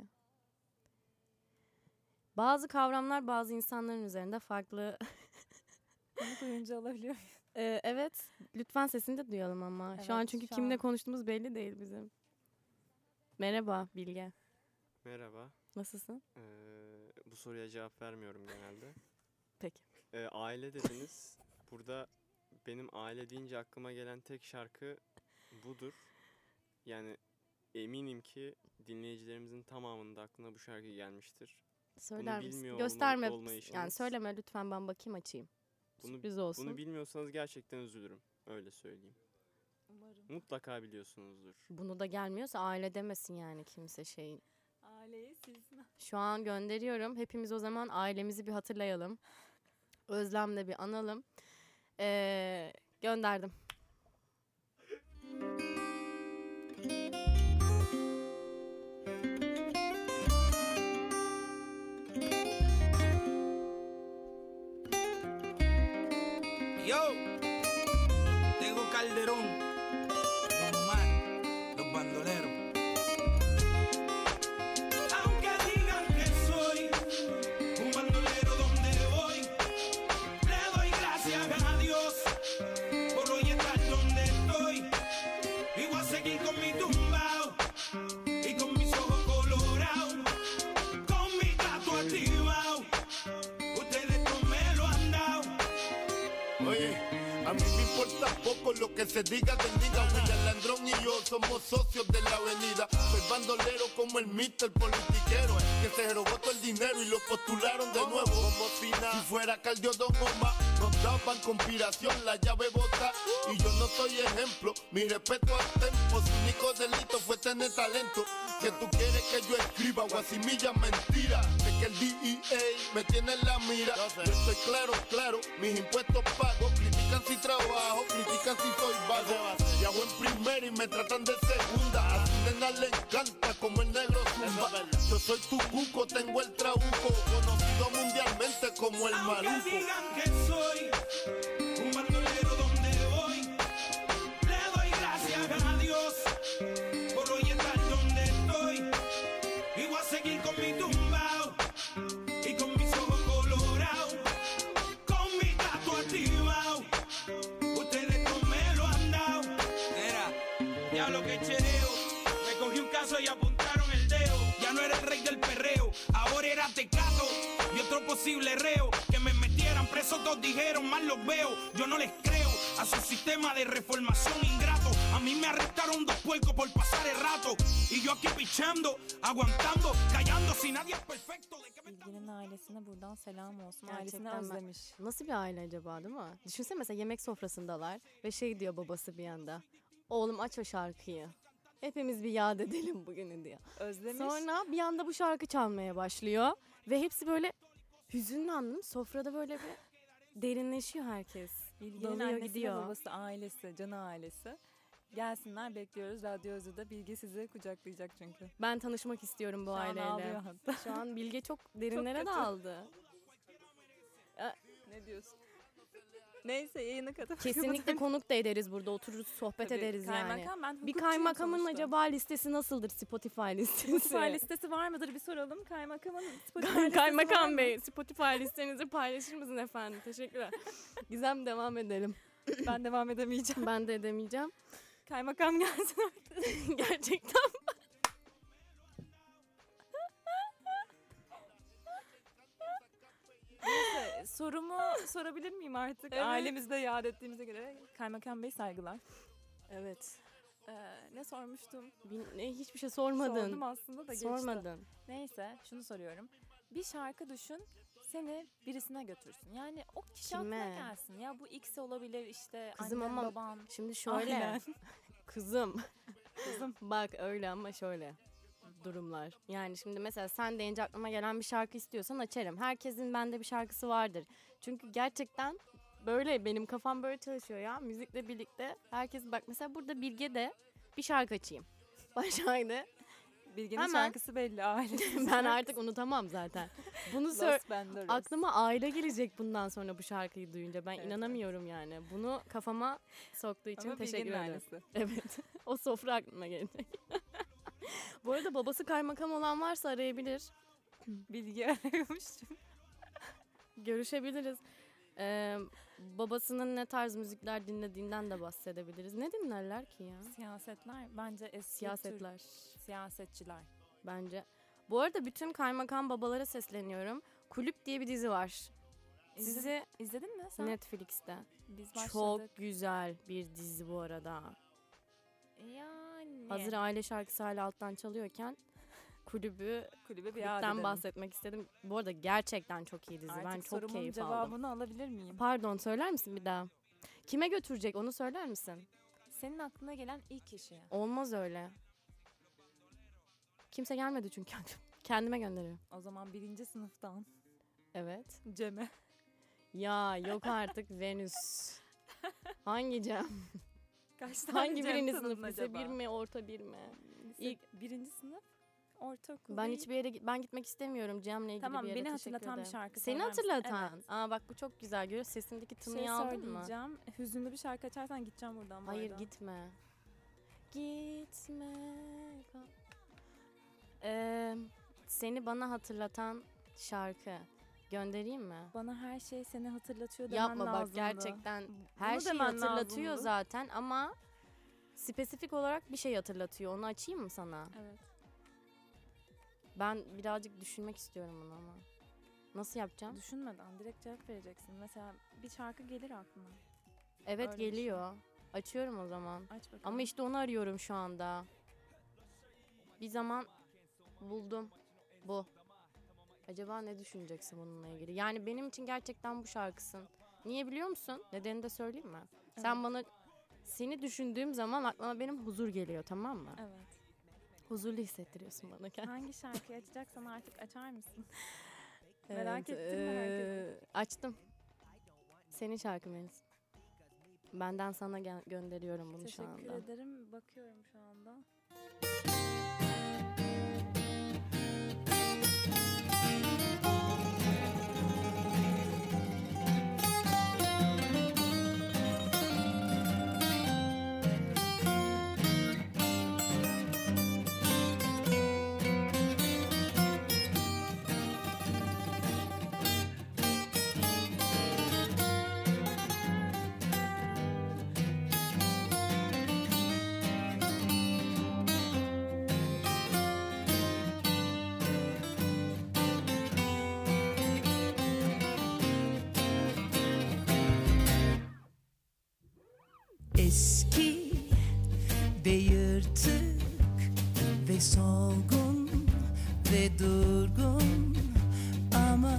Bazı kavramlar bazı insanların üzerinde farklı. Bunu duyunca olabiliyor muyum? Ee, evet. Lütfen sesini de duyalım ama. Şu an Evet, çünkü şu kimle an- konuştuğumuz belli değil bizim. Merhaba Bilge. Merhaba. Nasılsın? Ee, bu soruya cevap vermiyorum genelde. Peki. Ee, aile dediniz. Burada benim aile deyince aklıma gelen tek şarkı budur. Yani eminim ki dinleyicilerimizin tamamının da aklına bu şarkı gelmiştir. Söyler misin? bilmiyor Gösterme. olmak olmayışınız. Yani söyleme lütfen, ben bakayım açayım. Bunu, Sürpriz olsun. bunu bilmiyorsanız gerçekten üzülürüm. Öyle söyleyeyim. Umarım. Mutlaka biliyorsunuzdur. Bunu da gelmiyorsa aile demesin yani kimse şeyin. Aileyi silsin. Şu an gönderiyorum. Hepimiz o zaman ailemizi bir hatırlayalım. Özlemle bir analım. Ee, gönderdim. Yo, Tego Calderón, Don Omar, los bandoleros. Aunque digan que soy un bandolero donde voy, le doy gracias a Dios por hoy estar donde estoy. Y voy a seguir con mi tumbao y con mis ojos colorados, con mi gato activado. Ustedes no me lo han dado. Oye, a mí me importa poco lo que se diga del diga. William Landrón y yo somos socios de la avenida. Soy bandolero como el mister politiquero, que se robó todo el dinero y lo postularon de nuevo. Como si nada, si fuera Caldio Don Omar, nos daban conspiración, la llave bota. Y yo no soy ejemplo, mi respeto al tempo. Su único delito fue tener talento. Que tú quieres que yo escriba guasimilla mentira. Sé que el D E A me tiene en la mira. Yo estoy claro, claro, mis impuestos pago. Critican si trabajo, critican si soy vago. Viajo en primera y me tratan de segunda. A su nena le encanta como el negro zumba. Yo soy tu cuco, tengo el trabuco. Conocido mundialmente como el Aunque maluco. digan que soy un bandolero donde voy, le doy gracias a Dios por hoy estar donde estoy. Y voy a seguir con mi tumbao y con mis ojos colorados, con mi gato activado. Ustedes no me lo han dado. Era, ya lo que chereo. Me cogí un caso y apuntaron el dedo. Ya no era el rey del perreo, ahora era Tecato y otro posible reo. Que me metieran preso, todos dijeron, mal los veo. Yo no les creo a su sistema de reformación ingrato. A mí me arrestaron dos puercos por pasar el rato. Y yo aquí pichando, aguantando, callando, si nadie es perfecto. ¿De qué me están Bilge'nin ailesine buradan selam olsun. Ailesini Gerçekten ben- özlemiş. Nasıl bir aile acaba, değil mi? Düşünsene mesela yemek sofrasındalar ve şey diyor babası bir anda. Oğlum aç o şarkıyı. Hepimiz bir yad edelim bugünü diyor. Özlemiş. Sonra bir anda bu şarkı çalmaya başlıyor. Ve hepsi böyle hüzünlü anladım. Sofrada böyle bir derinleşiyor herkes. Bilge'nin dalıyor annesi gidiyor. ve babası, ailesi, canı ailesi. Gelsinler, bekliyoruz. Radyo Özü'de Bilge sizi kucaklayacak çünkü. Ben tanışmak istiyorum bu Şu an aileyle. ağlıyor hatta. Şu an Bilge çok derinlere kötü. daldı. Ne diyorsun? Neyse yayını kapat. Kesinlikle konuk da ederiz burada. Otururuz sohbet Tabii, ederiz yani. kaymakam, ben Bir hukukçuyum kaymakamın sonuçta. acaba listesi nasıldır, Spotify listesi? Spotify listesi var mıdır bir soralım. Kaymakamın Spotify listesi var Kaymakam mı? Bey, Spotify listenizi paylaşır mısınız efendim? Teşekkürler. Gizem, devam edelim. Ben devam edemeyeceğim. Ben de edemeyeceğim. Kaymakam gelsin artık. Gerçekten. Neyse, sorumu sorabilir miyim artık? Evet. Ailemizde yad ettiğimize göre. Kaymakam Bey saygılar. Evet. Ee, ne sormuştum? Bin, ne, hiçbir şey sormadın. Sordum aslında da geçti. Sormadın. Neyse şunu soruyorum. Bir şarkı düşün, seni birisine götürsün. Yani o kişi Kime? aklına gelsin. Ya bu X olabilir işte, Kızım annen, ama baban. Şimdi şöyle. Aynen. Kızım. Kızım. Bak öyle ama şöyle durumlar. Yani şimdi mesela sen deyince aklıma gelen bir şarkı istiyorsan açarım. Herkesin bende bir şarkısı vardır. Çünkü gerçekten böyle benim kafam böyle çalışıyor ya. Müzikle birlikte herkes, bak mesela burada Bilge de bir şarkı açayım. Başlaydı. Bilge'nin Hemen. şarkısı belli, ailesi. Ben artık unutamam zaten. Bunu sor. Los Banderas. Aklıma aile gelecek bundan sonra bu şarkıyı duyunca. Ben Evet, inanamıyorum yani. Bunu kafama soktuğu için Ama teşekkür Bilge'nin ederim. ailesi. Evet. O sofra aklıma gelecek. Bu arada babası kaymakam olan varsa arayabilir. Bilgi arıyormuş. Görüşebiliriz. Ee, babasının ne tarz müzikler dinlediğinden de bahsedebiliriz. Ne dinlerler ki ya? Siyasetler bence eski Siyasetler Türk siyasetçiler. bence. Bu arada bütün kaymakam babalara sesleniyorum. Kulüp diye bir dizi var. İzle- Sizi İzledin mi sen? Netflix'te. Biz başladık. Çok güzel bir dizi bu arada. Yani. Hazır aile şarkısı hala alttan çalıyorken kulübü kulübe bir yad kulüpten edelim. bahsetmek istedim. Bu arada gerçekten çok iyi dizi. Artık ben çok sorumun keyif cevabını aldım. alabilir miyim? Pardon, söyler misin bir daha? Kime götürecek onu söyler misin? Senin aklına gelen ilk kişi. Olmaz öyle. Kimse gelmedi çünkü. Kendime gönderiyorum. O zaman birinci sınıftan Evet. Cem'e. Ya yok artık Venüs. Hangi Cem? Kaç tane Hangi Cem birinci tanıdın sınıf? Lise acaba? bir mi, orta bir mi? Lise İlk- birinci sınıf. Ortaokul Ben değil. hiçbir yere gi- ben gitmek istemiyorum Cem'le ilgili Tamam, bir yere. beni Teşekkür hatırlatan bir ederim. şarkı Seni söyler misin? hatırlatan. Evet. Aa bak bu çok güzel. Görüyor sesimdeki Bir tınıyı şey aldın mı? söyleyeceğim. Hüzünlü bir şarkı açarsan gideceğim buradan bu Hayır arada. gitme. Gitme. kal- Ee, seni bana hatırlatan şarkı göndereyim mi? Bana her şey seni hatırlatıyor demen Yapma bak lazımdı. gerçekten Bunu her şeyi demen hatırlatıyor lazımdı. zaten ama spesifik olarak bir şey hatırlatıyor. Onu açayım mı sana? Evet. Ben birazcık düşünmek istiyorum bunu ama. Nasıl yapacağım? Düşünmeden direkt cevap vereceksin. Mesela bir şarkı gelir aklına. Evet öyle bir şey. geliyor. Açıyorum o zaman. Aç bakalım. Ama işte onu arıyorum şu anda. Bir zaman buldum. Bu. Acaba ne düşüneceksin bununla ilgili? Yani benim için gerçekten bu şarkısın. Niye biliyor musun? Nedenini de söyleyeyim mi? Sen Evet. bana seni düşündüğüm zaman aklıma benim huzur geliyor, tamam mı? Evet. Huzurlu hissettiriyorsun bana kendini. Hangi şarkıyı açacaksan artık açar mısın? Merak ettim, merak eee, Açtım. Senin şarkın Melis. Benden sana gel- gönderiyorum bunu şu Teşekkür anda. ederim. Bakıyorum şu anda. Eski ve yırtık ve solgun ve durgun ama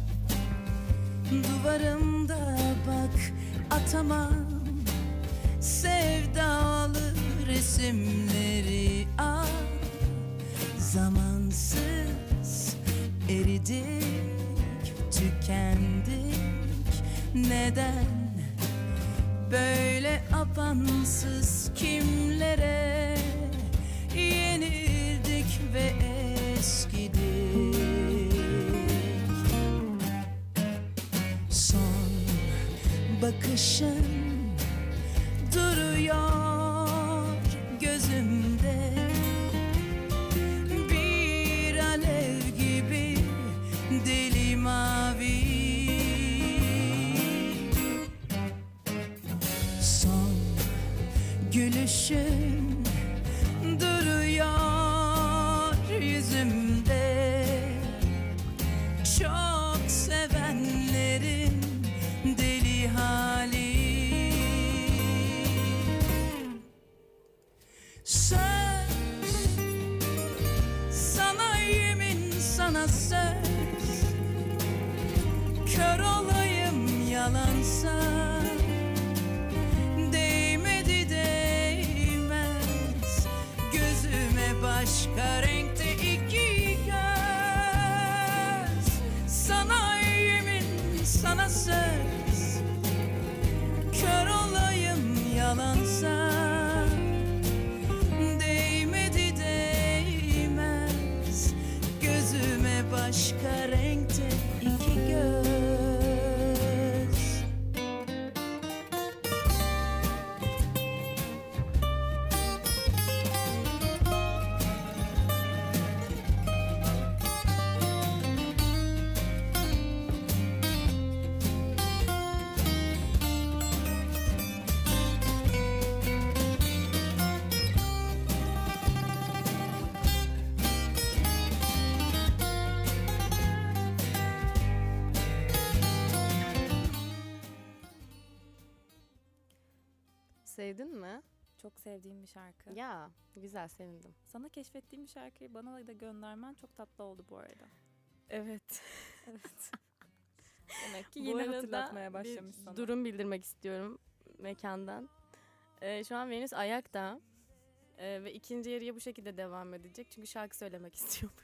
duvarımda bak atamam sevdalı resimleri Zamansız eridik, tükendik. Neden böyle apansız kimlere yenildik ve eskidik? Son bakışın duruyor gözümde, bir alev gibi deli mavi. Son gülüşün duruyor yüzümde, çok sevenlerin deli hali. Söz, sana yemin, sana söz, kör olayım yalansa. Değmedi değmez gözüme başka renkte iki göz. Sana yemin, sana söz, kör olayım yalansa. Değmedi değmez gözüme başka renkte iki göz. Sevdin mi? Çok sevdiğim bir şarkı. Ya güzel, sevindim. Sana keşfettiğim bir şarkıyı bana da göndermen çok tatlı oldu bu arada. Evet. Evet. Demek ki Bu yine arada hatırlatmaya bir başlamış sana. durum bildirmek istiyorum mekandan. Ee, şu an Venüs ayakta. Ee, ve ikinci yarıya bu şekilde devam edecek. Çünkü şarkı söylemek istiyormuş.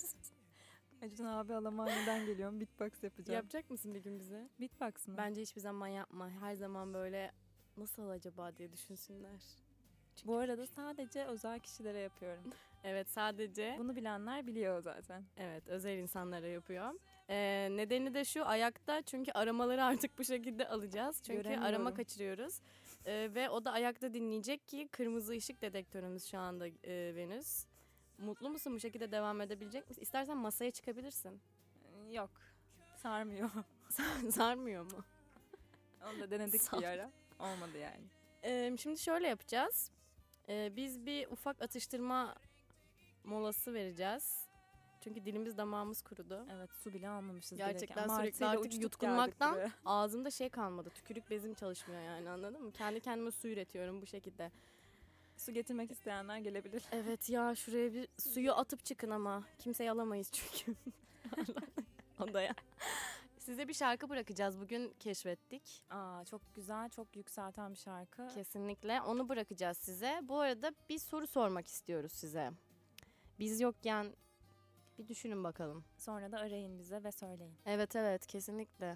Acun abi Almanya'dan geliyorum. Beatbox yapacağım. Yapacak mısın bir gün bize? Beatbox mı? Bence hiçbir zaman yapma. Her zaman böyle nasıl acaba diye düşünsünler. Bu arada sadece özel kişilere yapıyorum. Evet, sadece Bunu bilenler biliyor zaten. evet özel insanlara yapıyor. Ee, nedeni de şu, ayakta, çünkü aramaları artık bu şekilde alacağız. Çünkü Göremiyorum. arama kaçırıyoruz. Ee, ve o da ayakta dinleyecek ki kırmızı ışık dedektörümüz şu anda e, Venüs. Mutlu musun, bu şekilde devam edebilecek misin? İstersen masaya çıkabilirsin. Yok. Sarmıyor. Sarmıyor mu? Onu da denedik Sar- bir ara. Olmadı yani. Ee, şimdi şöyle yapacağız. Ee, biz bir ufak atıştırma molası vereceğiz. Çünkü dilimiz damağımız kurudu. Evet, su bile almamışız. Gerçekten gereken. sürekli Martıyla artık uçtuk yutkunmaktan geldik ağzımda şey kalmadı. Tükürük bezim çalışmıyor yani, anladın mı? Kendi kendime su üretiyorum bu şekilde. buraya. Su getirmek isteyenler gelebilir. Evet ya, şuraya bir suyu atıp çıkın ama. Kimseyi alamayız çünkü. Odaya. Size bir şarkı bırakacağız. Bugün keşfettik. Aa, çok güzel, çok yükselten bir şarkı. Kesinlikle. Onu bırakacağız size. Bu arada bir soru sormak istiyoruz size. Biz yokken bir düşünün bakalım. Sonra da arayın bize ve söyleyin. Evet evet, kesinlikle.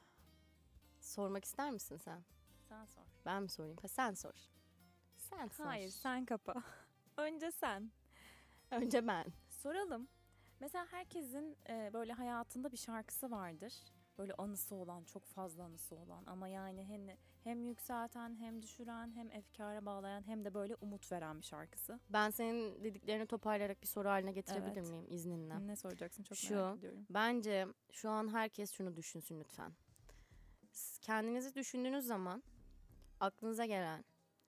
Sormak ister misin sen? Sen sor. Ben mi sorayım? Ha, sen sor. Sen sor. Hayır, sen kapa. Önce sen. Önce ben. Soralım. Mesela herkesin e, böyle hayatında bir şarkısı vardır. Böyle anısı olan, çok fazla anısı olan ama yani hem, hem yükselten, hem düşüren, hem efkara bağlayan, hem de böyle umut veren bir şarkısı. Ben senin dediklerini toparlayarak bir soru haline getirebilir Evet. miyim izninle? Ne soracaksın, çok Şu, merak ediyorum. Bence şu an herkes şunu düşünsün lütfen. S- Kendinizi düşündüğünüz zaman aklınıza gelen,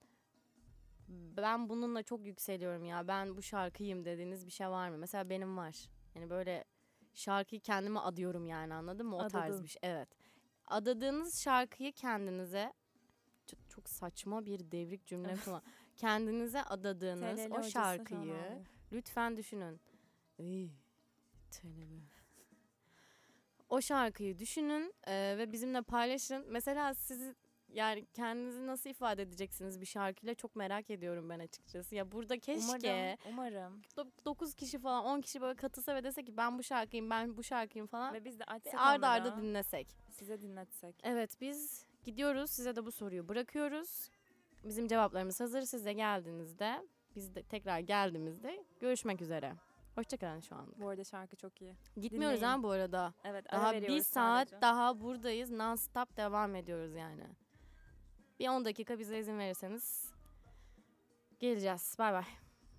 ben bununla çok yükseliyorum ya, ben bu şarkıyım dediğiniz bir şey var mı? Mesela benim var. Yani böyle şarkıyı kendime adıyorum yani, anladın mı? O tarz Adadın. bir şey. Evet. Adadığınız şarkıyı kendinize, çok, çok saçma bir devrik cümle kullan. Kendinize adadığınız T L L o hocası şu an şarkıyı ağlıyor. lütfen düşünün. Iy, teneme. O şarkıyı düşünün e, ve bizimle paylaşın. Mesela siz yani kendinizi nasıl ifade edeceksiniz bir şarkıyla çok merak ediyorum ben açıkçası. Ya burada keşke Umarım, umarım. dokuz kişi falan on kişi böyle katılsa ve dese ki ben bu şarkıyım ben bu şarkıyım falan. Ve biz de açsak Ve arda onları, arda dinlesek. size dinletsek. Evet biz gidiyoruz size de bu soruyu bırakıyoruz. Bizim cevaplarımız hazır size geldiğinizde biz de tekrar geldiğimizde görüşmek üzere. Hoşçakalın şu anda. Bu arada şarkı çok iyi. Gitmiyoruz Dinleyin. ha bu arada. Evet, ara Daha bir veriyoruz saat sadece. daha buradayız. Non stop devam ediyoruz yani. Bir on dakika bize izin verirseniz geleceğiz. Bay bay.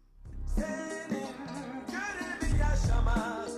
Görevi yaşamak.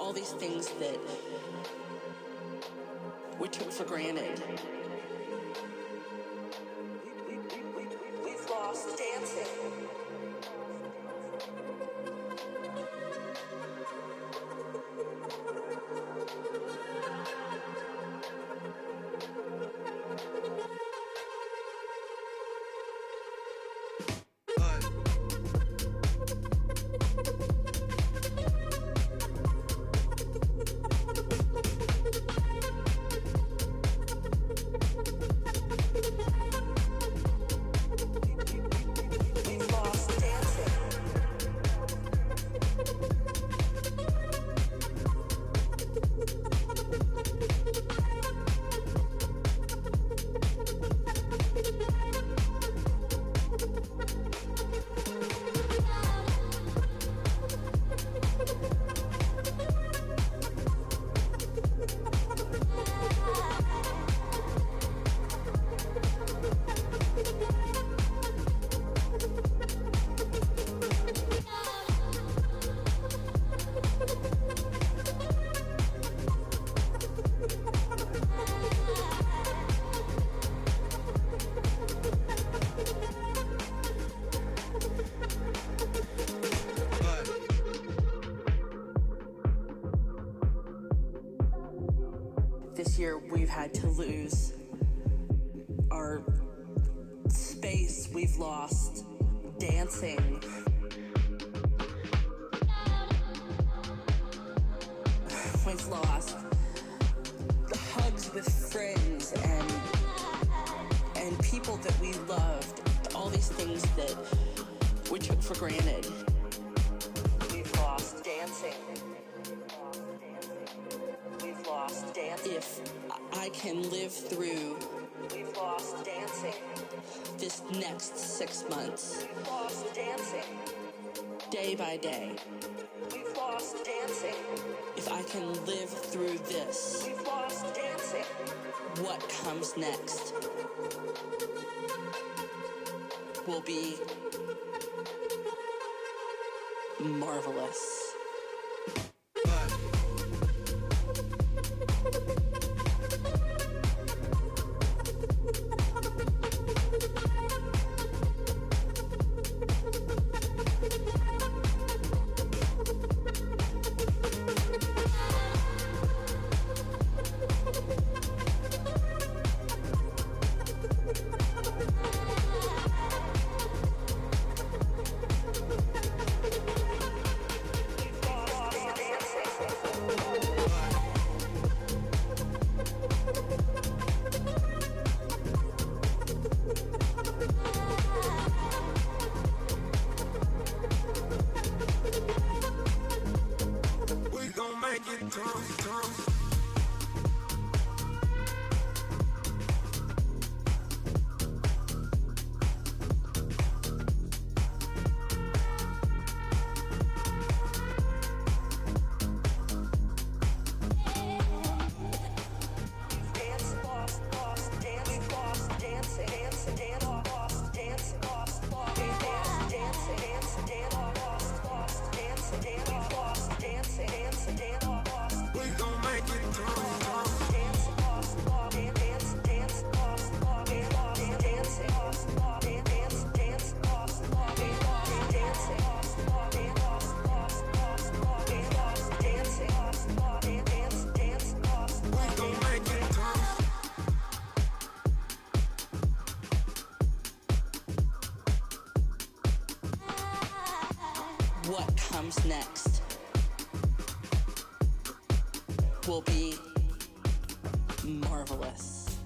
all these things that we took for granted. We've lost dancing. We've lost dancing. This year we've had to lose our space. We've lost dancing. We've lost the hugs with friends and and people that we loved. All these things that we took for granted. We've lost dancing. We've lost dancing. If I can live through, we've lost dancing. This next six months, we've lost dancing. Day by day, we've lost dancing. If I can live through this, we've lost dancing. What comes next will be marvelous. We gon' make it come, come. Dance, lost, lost, dance, we've lost dancing, dancing, dance, lost, dancing, lost, lost, we've lost dancing, dancing, dance, lost, lost, dancing, dance, lost, dancing, dancing, dance, lost. We gon' make it come, come. Dance, lost, lost, dance, dance, lost, lost, we've lost dancing, lost, lost, dance, dance, lost, lost, we've lost dancing, lost, lost, lost, lost, lost, lost, we've lost dancing, lost, lost, dance, dance, lost, We lost. gon' make it come. What comes next will be marvelous.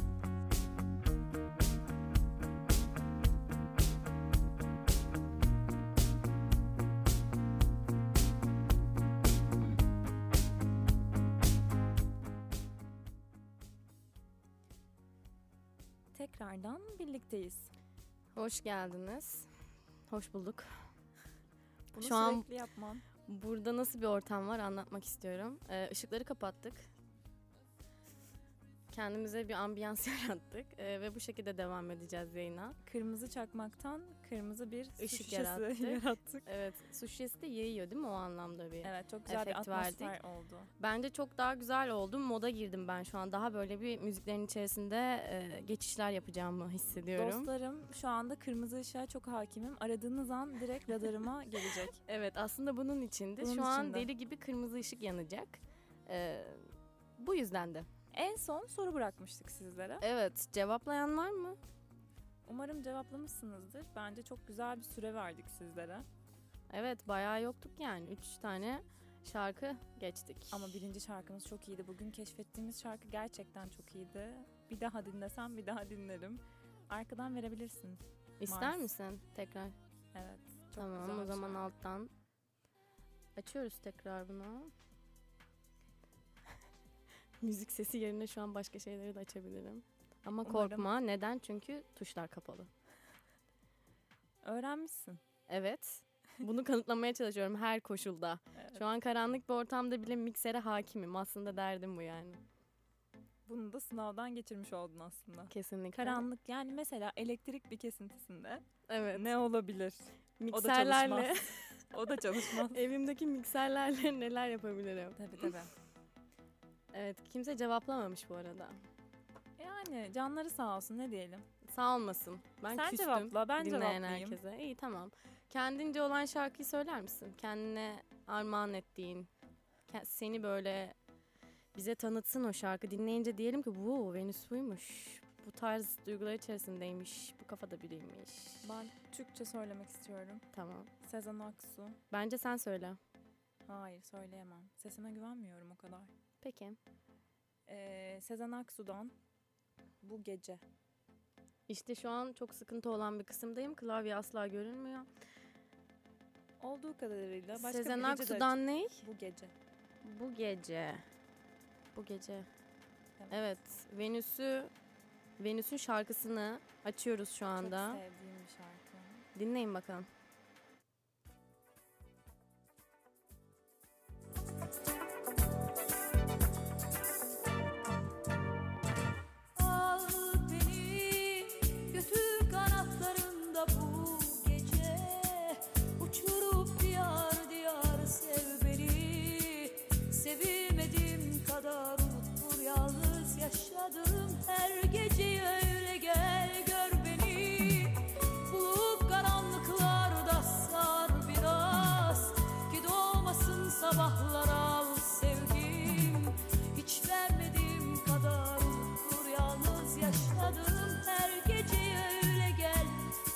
Tekrardan birlikteyiz. Hoş geldiniz. Hoş bulduk. Bunu Şu an- sürekli yapman. Burada nasıl bir ortam var anlatmak istiyorum. Ee, ışıkları kapattık. kendimize bir ambiyans yarattık e, ve bu şekilde devam edeceğiz yayına. Kırmızı çakmaktan kırmızı bir su Işık şişesi yarattık. yarattık. Evet, su şişesi de yayıyor değil mi o anlamda bir? Evet, çok güzel bir Efekt atmosfer verdik. oldu. Bence çok daha güzel oldu. Moda girdim ben şu an. Daha böyle bir müziklerin içerisinde e, geçişler yapacağımı hissediyorum. Dostlarım, şu anda kırmızı ışığa çok hakimim. Aradığınız an direkt radarıma gelecek. Evet, aslında bunun içindi. Bunun Şu an içinde. deli gibi kırmızı ışık yanacak. E, bu yüzden de. En son soru bırakmıştık sizlere. Evet, cevaplayan var mı? Umarım cevaplamışsınızdır. Bence çok güzel bir süre verdik sizlere. Evet, bayağı yoktuk yani. Üç tane şarkı geçtik. Ama birinci şarkımız çok iyiydi. Bugün keşfettiğimiz şarkı gerçekten çok iyiydi. Bir daha dinlesem bir daha dinlerim. Arkadan verebilirsin. İster Mars. misin tekrar? Evet. Çok Tamam, güzel o bir zaman şarkı. alttan açıyoruz tekrar bunu. Müzik sesi yerine şu an başka şeyleri de açabilirim. Ama Umarım. korkma. Neden? Çünkü tuşlar kapalı. Öğrenmişsin. Evet. Bunu kanıtlamaya çalışıyorum her koşulda. Evet. Şu an karanlık bir ortamda bile miksere hakimim. Aslında derdim bu yani. Bunu da sınavdan geçirmiş oldun aslında. Kesinlikle. Karanlık, yani mesela elektrik bir kesintisinde Evet. ne olabilir? Mikserlerle, O da çalışmaz. O da çalışmaz. evimdeki mikserlerle neler yapabilirim? Tabii tabii. Evet, kimse cevaplamamış bu arada. Yani canları sağ olsun, ne diyelim. Sağ olmasın. Ben Sen küstüm cevapla, ben dinleyen cevaplayayım. herkese. İyi, tamam. Kendince olan şarkıyı söyler misin? Kendine armağan ettiğin, ke- seni böyle bize tanıtsın o şarkı. Dinleyince diyelim ki bu Venüs buymuş. Bu tarz duygular içerisindeymiş. Bu kafada biriymiş. Ben Türkçe söylemek istiyorum. Tamam. Sezen Aksu. Bence sen söyle. Hayır, söyleyemem. Sesime güvenmiyorum o kadar. Peki. Ee, Sezen Aksu'dan Bu Gece. İşte şu an çok sıkıntı olan bir kısımdayım. Klavye asla görünmüyor. Olduğu kadarıyla başka Sezen bir gece de Aksu'dan ne? açık. Bu Gece. Bu gece. Bu gece. Evet. Evet. Venüs'ü Venüs'ün şarkısını açıyoruz şu anda. Çok sevdiğim bir şarkı. Dinleyin bakalım. Al beni götür kanatlarında bu gece, uçurup diyar diyar sev beni. Sevilmediğim kadar unuttur yalnız yaşadım her geceyi, öyle gel gör beni. Bulup karanlıklarda sar biraz, ki doğmasın sabahlar al sevdim. Hiç vermediğim kadar unuttur yalnız yaşadım her geceyi, öyle gel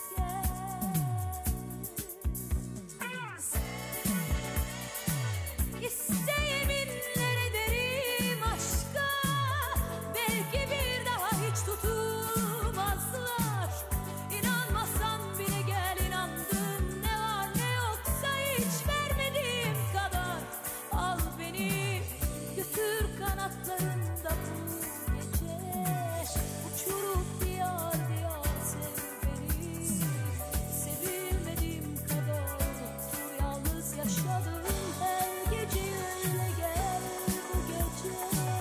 gel. İste yeminler ederim aşka, belki bir daha hiç tutulmazlar. İnanmasan bile gel, inandım ne var ne yoksa hiç vermediğim kadar. Al beni götür kanatlarında bu gece, uçurup diyar diyar sev beni. Sevilmediğim kadar unuttur yalnız yaşadım her gece, öyle gel bu gece.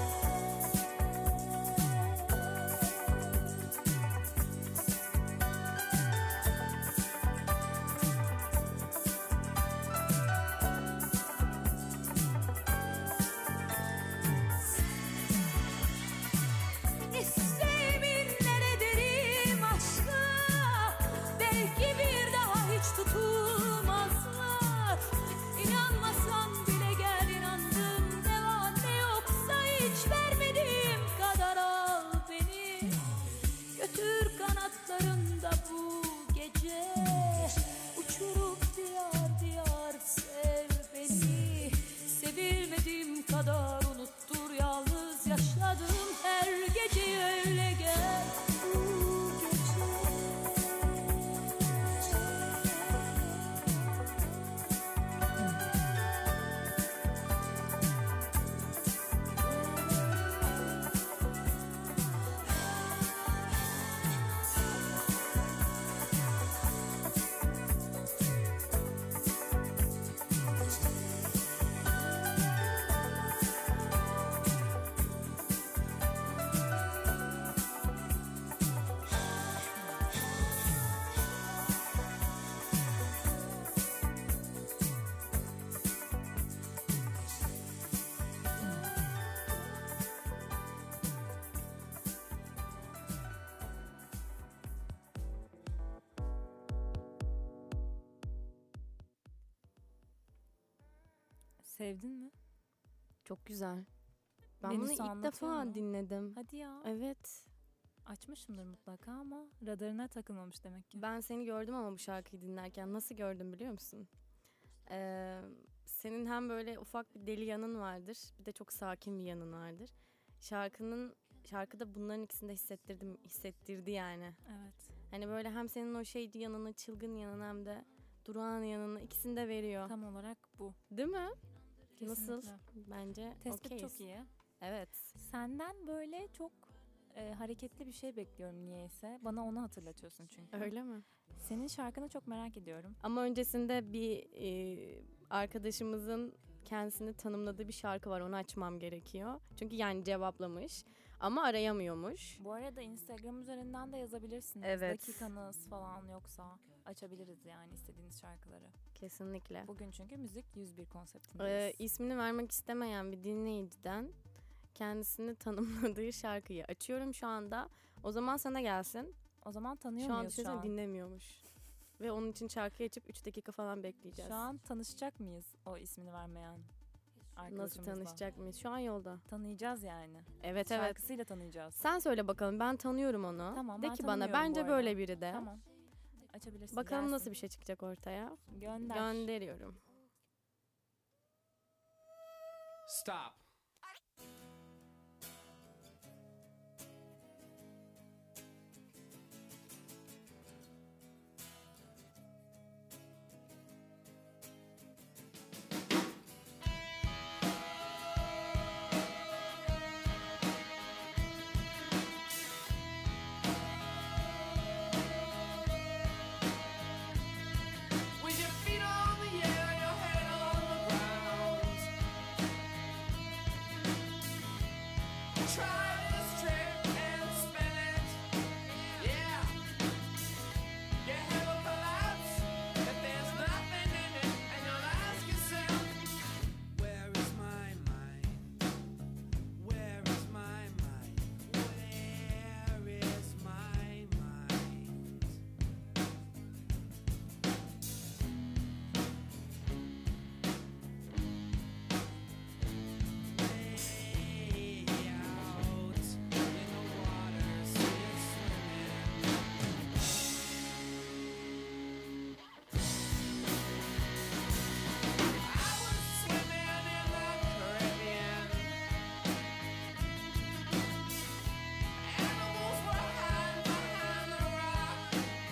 İste yeminler ederim aşka, belki bir daha hiç tutulmazlar. İnanmasan bile gel, inandım ne var ne yoksa hiç vermediğim kadar. Al beni götür kanatlarında bu gece, uçurup diyar diyar sev beni. Sevilmediğim kadar unuttur yalnız yaşadım her gece, öyle gel bu gece. Sevdin mi? Çok güzel. Ben Venüs'ü bunu ilk anlatıyor defa mu? dinledim. Hadi ya. Evet. Açmışımdır mutlaka ama radarına takılmamış demek ki. Ben seni gördüm ama bu şarkıyı dinlerken nasıl gördüm biliyor musun? Ee, senin hem böyle ufak bir deli yanın vardır, bir de çok sakin bir yanın vardır. Şarkının şarkıda bunların ikisini de hissettirdim, hissettirdi yani. Evet. Hani böyle hem senin o şeydi yanını, çılgın yanını hem de durağan yanını ikisini de veriyor. Tam olarak bu. Değil mi? Kesinlikle. Nasıl? Bence Tespit okeyiz. çok iyi. Evet. Senden böyle çok e, hareketli bir şey bekliyorum niyeyse. Bana onu hatırlatıyorsun çünkü. Öyle mi? Senin şarkını çok merak ediyorum. Ama öncesinde bir e, arkadaşımızın kendisini tanımladığı bir şarkı var. Onu açmam gerekiyor. Çünkü yani cevaplamış ama arayamıyormuş. Bu arada Instagram üzerinden de yazabilirsiniz. Evet. Dakikanız falan yoksa açabiliriz yani istediğiniz şarkıları. Kesinlikle. Bugün çünkü müzik yüz bir Ee, konseptindeyiz. ismini vermek istemeyen bir dinleyiciden kendisini tanımladığı şarkıyı açıyorum şu anda. O zaman sana gelsin. O zaman tanıyor Şu an muyuz şu düşünsene an? dinlemiyormuş. Ve onun için şarkıyı açıp üç dakika falan bekleyeceğiz. Şu an tanışacak mıyız o ismini vermeyen Nasıl arkadaşımızla? tanışacak mıyız? Şu an yolda. Tanıyacağız yani. Evet evet. Şarkısıyla tanıyacağız. Sen söyle bakalım, ben tanıyorum onu. Tamam, De ben ki bana tanımıyorum bu bence arada. böyle biri de. Tamam. Açabilirsin. Bakalım gelsin. nasıl bir şey çıkacak ortaya. Gönder. Gönderiyorum. Stop. With your feet on the air, your head on the ground. Try this trick and spin it. Yeah. Your head will collapse if there's nothing in it, and you'll ask yourself, where is my mind? Where is my mind? Where is my mind? Way out in the waters you're swimming. I was swimming in the Caribbean. Animals were hiding behind the rock,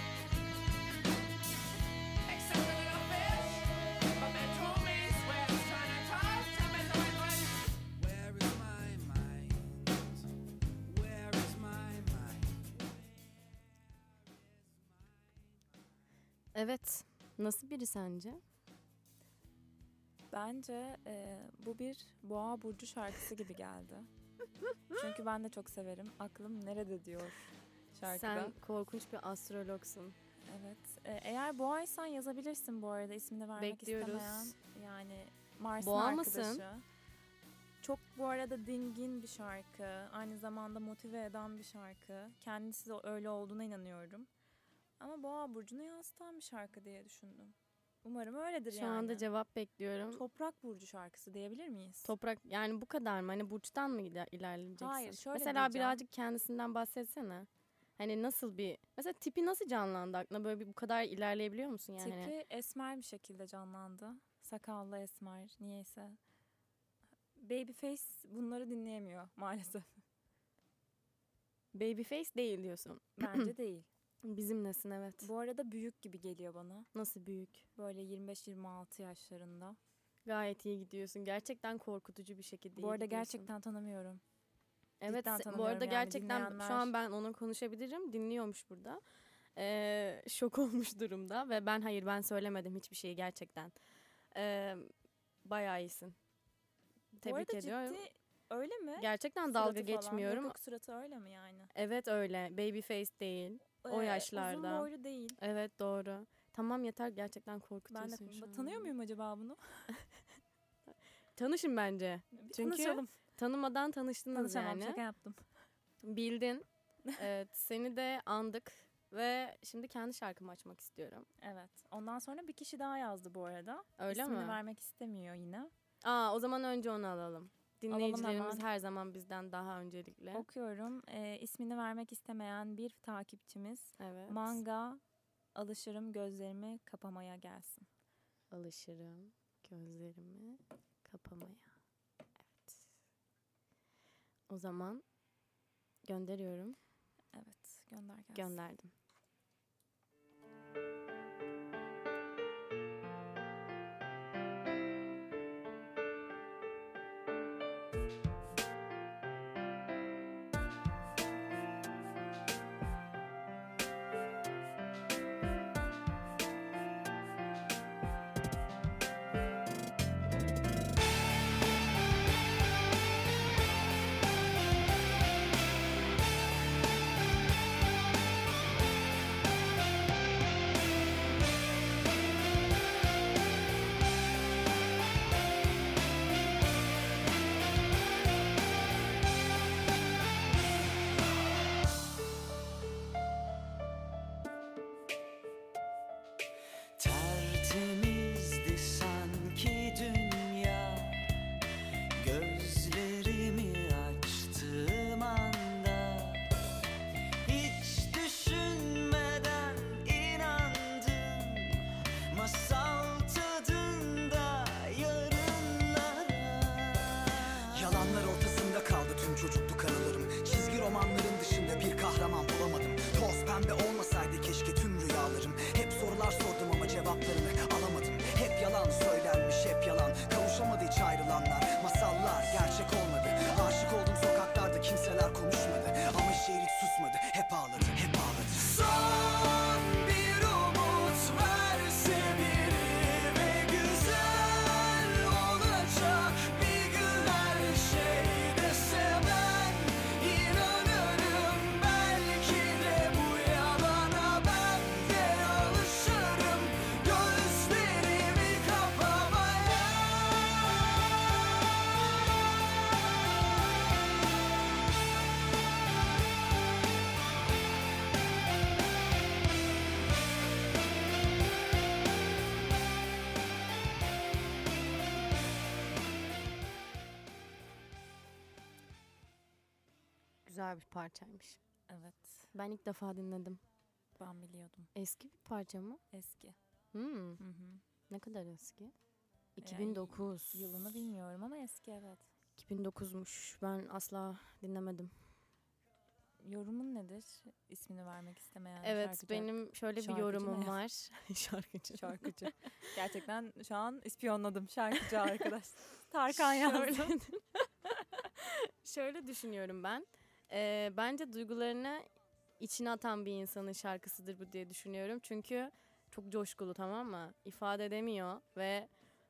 except a little fish. But they told me Swift's trying to talk to me, so I went, where is my mind? Where is my mind? Evet. Nasıl biri sence? Bence e, bu bir Boğa Burcu şarkısı gibi geldi. Çünkü ben de çok severim. Aklım nerede diyor şarkıda. Sen korkunç bir astrologsun. Evet. E, eğer Boğaysan yazabilirsin bu arada ismini vermek Bekliyoruz. istemeyen. Yani Mars'ın Boğa arkadaşı. mısın? Çok bu arada dingin bir şarkı. Aynı zamanda motive eden bir şarkı. Kendisi de öyle olduğuna inanıyorum. Ama Boğa Burcu'nu yansıtan bir şarkı diye düşündüm. Umarım öyledir Şu yani. anda cevap bekliyorum. Toprak Burcu şarkısı diyebilir miyiz? Toprak yani bu kadar mı? Hani burçtan mı iler- ilerleyeceksin? Hayır, şöyle Mesela diyeceğim. birazcık kendisinden bahsetsene. Hani nasıl bir... Mesela tipi nasıl canlandı aklına? Böyle bir bu kadar ilerleyebiliyor musun yani? Tipi Hani esmer bir şekilde canlandı. Sakallı esmer niyeyse. Babyface bunları dinleyemiyor maalesef. babyface değil diyorsun. Bence değil. Bizimlesin evet. Bu arada büyük gibi geliyor bana. Nasıl büyük? Böyle yirmi beş yirmi altı yaşlarında. Gayet iyi gidiyorsun. Gerçekten korkutucu bir şekilde Bu iyi arada gidiyorsun. gerçekten tanımıyorum. Evet cidden se- bu tanımıyorum arada yani, gerçekten dinleyenler- şu an ben onu konuşabilirim. Dinliyormuş burada. Ee, şok olmuş durumda ve ben hayır ben söylemedim hiçbir şeyi gerçekten. Ee, bayağı iyisin. Bu Tebrik arada ediyorum. ciddi öyle mi? Gerçekten dalga Suratı falan, geçmiyorum. yok yok, suratı öyle mi yani? Evet öyle. Babyface değil. O Ee, yaşlarda. Uzun boylu değil. Evet doğru. Tamam yeter gerçekten Ben korkutuyorsun de şu an. tanıyor muyum acaba bunu? Tanışın bence. Bir Çünkü tanışalım. Tanımadan tanıştınız Tanışamam, yani. şaka yaptım. Bildin. Evet, seni de andık ve şimdi kendi şarkımı açmak istiyorum. Evet. Ondan sonra bir kişi daha yazdı bu arada. Öyle İsmini mi? vermek istemiyor yine. Aa, o zaman önce onu alalım. Dinleyicilerimiz hemen. her zaman bizden daha öncelikli. Okuyorum. Ee, ismini vermek istemeyen bir takipçimiz. Evet. Manga, alışırım gözlerimi kapamaya gelsin. Alışırım gözlerimi kapamaya. Evet. O zaman gönderiyorum. Evet, gönder gelsin. Gönderdim. Tertemizdi sanki dünya, gözlerimi açtığım anda hiç düşünmeden inandım masal tadında yarınlara. Yalanlar ortasında kaldı tüm çocukluk anılarım. Çizgi romanların dışında bir kahraman bulamadım. Toz pembe olmasaydı keşke tüm rüyalarım. Hep sorular sordum ama cevaplarını alamadım. Hep yalan söylenmiş, hep yalan. Kavuşamadı hiç ayrılanlar. Masallar gerçek olmadı. Aşık oldum sokaklarda, kimseler konuşmadı. Ama şehir hiç susmadı, hep ağladı, hep ağladı. Son bir umut verse biri ve güzel olacak bir gün her şey dese ben inanırım. Belki de bu yalana ben de alışırım gözlerimi kapamaya. Güzel bir parçaymış. Evet, Ben ilk defa dinledim. ben biliyordum. Eski bir parça mı? Eski. Hmm. Hı hı. Ne kadar eski? iki bin dokuz. Yılını bilmiyorum ama eski, evet. iki bin dokuzmuş. Ben asla dinlemedim. Yorumun nedir? İsmini vermek istemeyen Evet, şarkıcı. benim şöyle bir Şarkıcı yorumum ne ya? var. Şarkıcı. Şarkıcı. Gerçekten şu an ispiyonladım şarkıcı arkadaş. Tarkan yazdı. Şöyle, şöyle düşünüyorum ben. Ee, bence duygularını içine atan bir insanın şarkısıdır bu diye düşünüyorum. Çünkü çok coşkulu, tamam mı? İfade edemiyor ve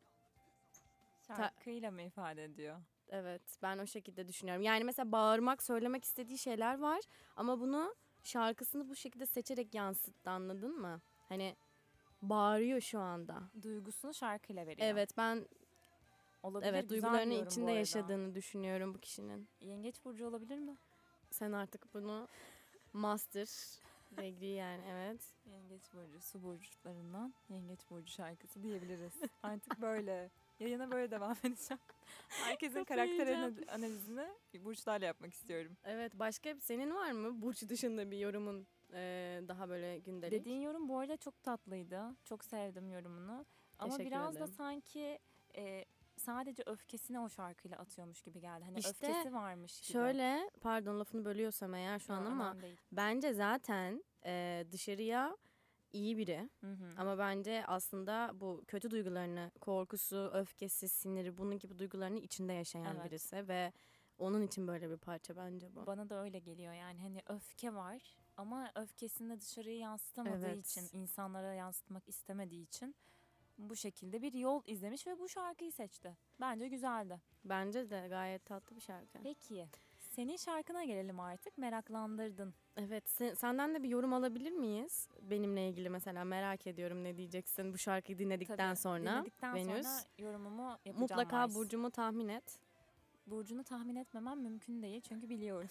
Şarkıyla mı ifade ediyor? evet, ben o şekilde düşünüyorum. Yani mesela bağırmak, söylemek istediği şeyler var ama bunu şarkısını bu şekilde seçerek yansıttı, anladın mı? Hani bağırıyor şu anda. Duygusunu şarkıyla veriyor. Evet, ben Olabilir, evet güzel bir duygularını yorum bu içinde arada. yaşadığını düşünüyorum bu kişinin. Yengeç burcu olabilir mi? Sen artık bunu master degree yani, evet. Yengeç burcu, su burçlarından Yengeç burcu şarkısı diyebiliriz. Artık böyle. Yayına böyle devam edeceğim. Herkesin Kafayı karakter yiyeceğim. anal- analizini burçlarla yapmak istiyorum. Evet, başka senin var mı burç dışında bir yorumun eee, daha böyle gündelik? Dediğin yorum bu arada çok tatlıydı. Çok sevdim yorumunu. Ama Teşekkür biraz da ederim. sanki e, sadece öfkesini o şarkıyla atıyormuş gibi geldi. Hani İşte öfkesi varmış gibi. Şöyle, pardon lafını bölüyorsam eğer şu an Yo, ama önemli değil. bence zaten eee, dışarıya iyi biri. Hı hı. Ama bence aslında bu kötü duygularını, korkusu, öfkesi, siniri, bunun gibi duygularını içinde yaşayan Evet. birisi ve onun için böyle bir parça bence bu. Bana da öyle geliyor yani. Hani öfke var ama öfkesini de dışarıya yansıtamadığı Evet. için, insanlara yansıtmak istemediği için bu şekilde bir yol izlemiş ve bu şarkıyı seçti. Bence güzeldi. Bence de gayet tatlı bir şarkı. Peki, senin şarkına gelelim artık. Meraklandırdın. Evet, sen- senden de bir yorum alabilir miyiz? Benimle ilgili mesela merak ediyorum ne diyeceksin bu şarkıyı dinledikten Tabii, sonra. dinledikten Venüs. sonra yorumumu yapacağım. Mutlaka Mars. burcumu tahmin et. Burcunu tahmin etmemem mümkün değil çünkü biliyorum.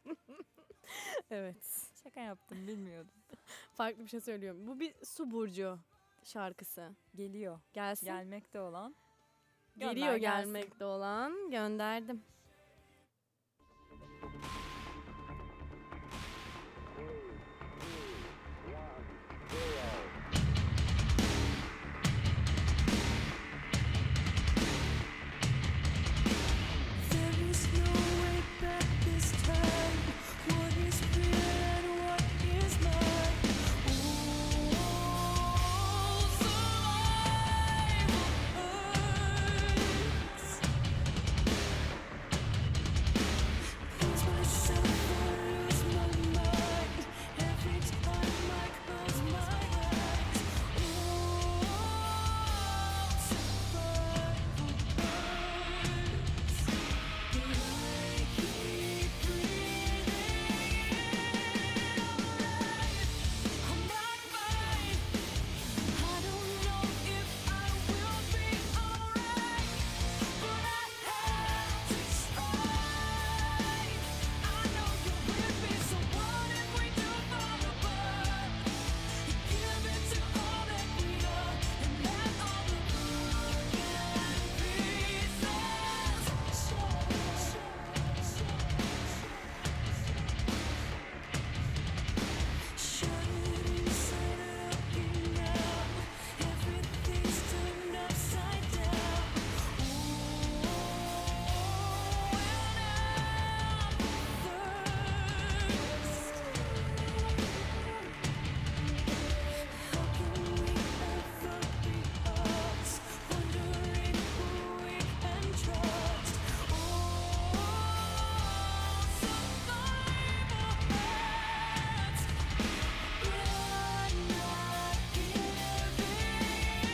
Evet. Şaka yaptım, bilmiyordum. Farklı bir şey söylüyorum. Bu bir su burcu şarkısı. Geliyor. Gelsin. Gelmekte olan Gönder Geliyor gelsin. gelmekte olan gönderdim. There is no way back this time. What is real and what is mine? Oh, survival hurts. Lose myself or lose my mind every time I close my eyes. Oh, survival hurts. But I keep breathing. I'm not fine. I don't know if I will be alright, but I have to try. I know you're with me, so what if we do fall apart? Give it to all that we are, and let all the broken pieces show. Shut it inside out now. Everything's turned upside down. Oh, how can we ever be us? Wondering who we can trust. Oh, survival hurts, but I'm not giving.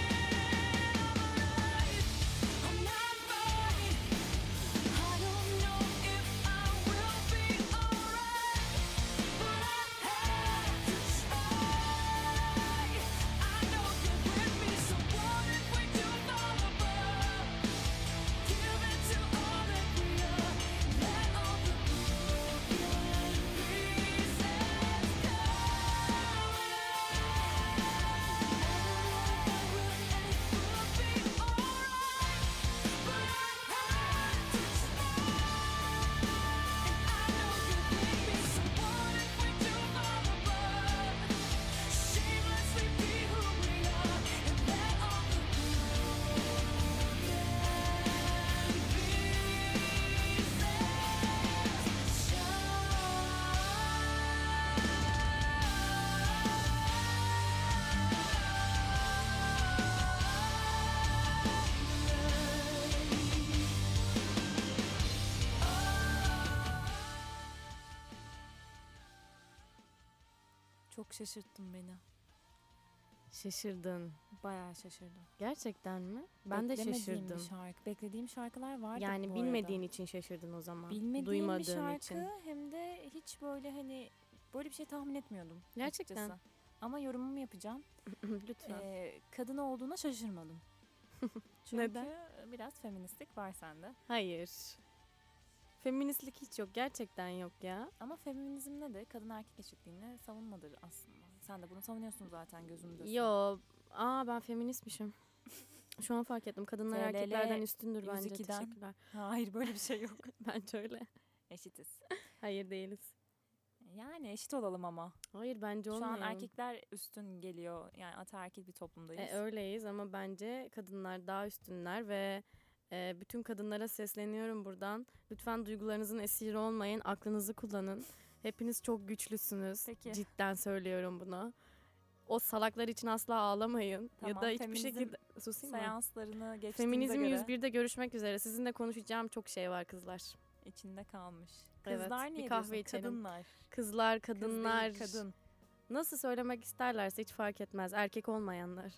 I'm not fine. I don't know if I will be alright, but I have to try. I know you're with me, so what if we do fall apart? Give it to all that we are, let all the broken pieces go. Çok şaşırttın beni. Şaşırdın. Bayağı şaşırdım. Gerçekten mi? Ben de Beklemediğim şaşırdım. bir şarkı. Beklediğim şarkılar vardı Yani bu bilmediğin arada. için şaşırdın o zaman. Bilmediğim Duymadığın bir şarkı için. hem de hiç böyle hani böyle bir şey tahmin etmiyordum. Gerçekten. açıkçası. Ama yorumumu yapacağım. Lütfen. Ee, kadın olduğuna şaşırmadım. Çünkü Neden? biraz feministlik var sende. Hayır. Feministlik hiç yok. Gerçekten yok ya. Ama feminizmde de kadın erkek eşitliğini savunmadır aslında. Sen de bunu savunuyorsun zaten gözümdesin. Yo. Aa ben feministmişim. Şu an fark ettim. Kadınlar T L L erkeklerden üstündür bence. yüz ikiden Teşekkürler. Hayır böyle bir şey yok. Bence öyle. Eşitiz. Hayır değiliz. Yani eşit olalım ama. Hayır bence Şu olmayalım. an erkekler üstün geliyor. Yani ataerkil bir toplumdayız. E, öyleyiz ama bence kadınlar daha üstünler ve e, bütün kadınlara sesleniyorum buradan. Lütfen duygularınızın esiri olmayın. Aklınızı kullanın. Hepiniz çok güçlüsünüz. Peki. Cidden söylüyorum bunu. O salaklar için asla ağlamayın. Tamam, ya da hiçbir feminizm şekilde... Susayım mı? Seanslarını geçtiğimize Feminizm göre yüz birde görüşmek üzere. Sizinle konuşacağım çok şey var kızlar. içinde kalmış. Evet, Kızlar bir niye kahve diyorsun? içelim. Kadınlar. Kızlar, Kız kadınlar. değil, kadın. Nasıl söylemek isterlerse hiç fark etmez. Erkek olmayanlar.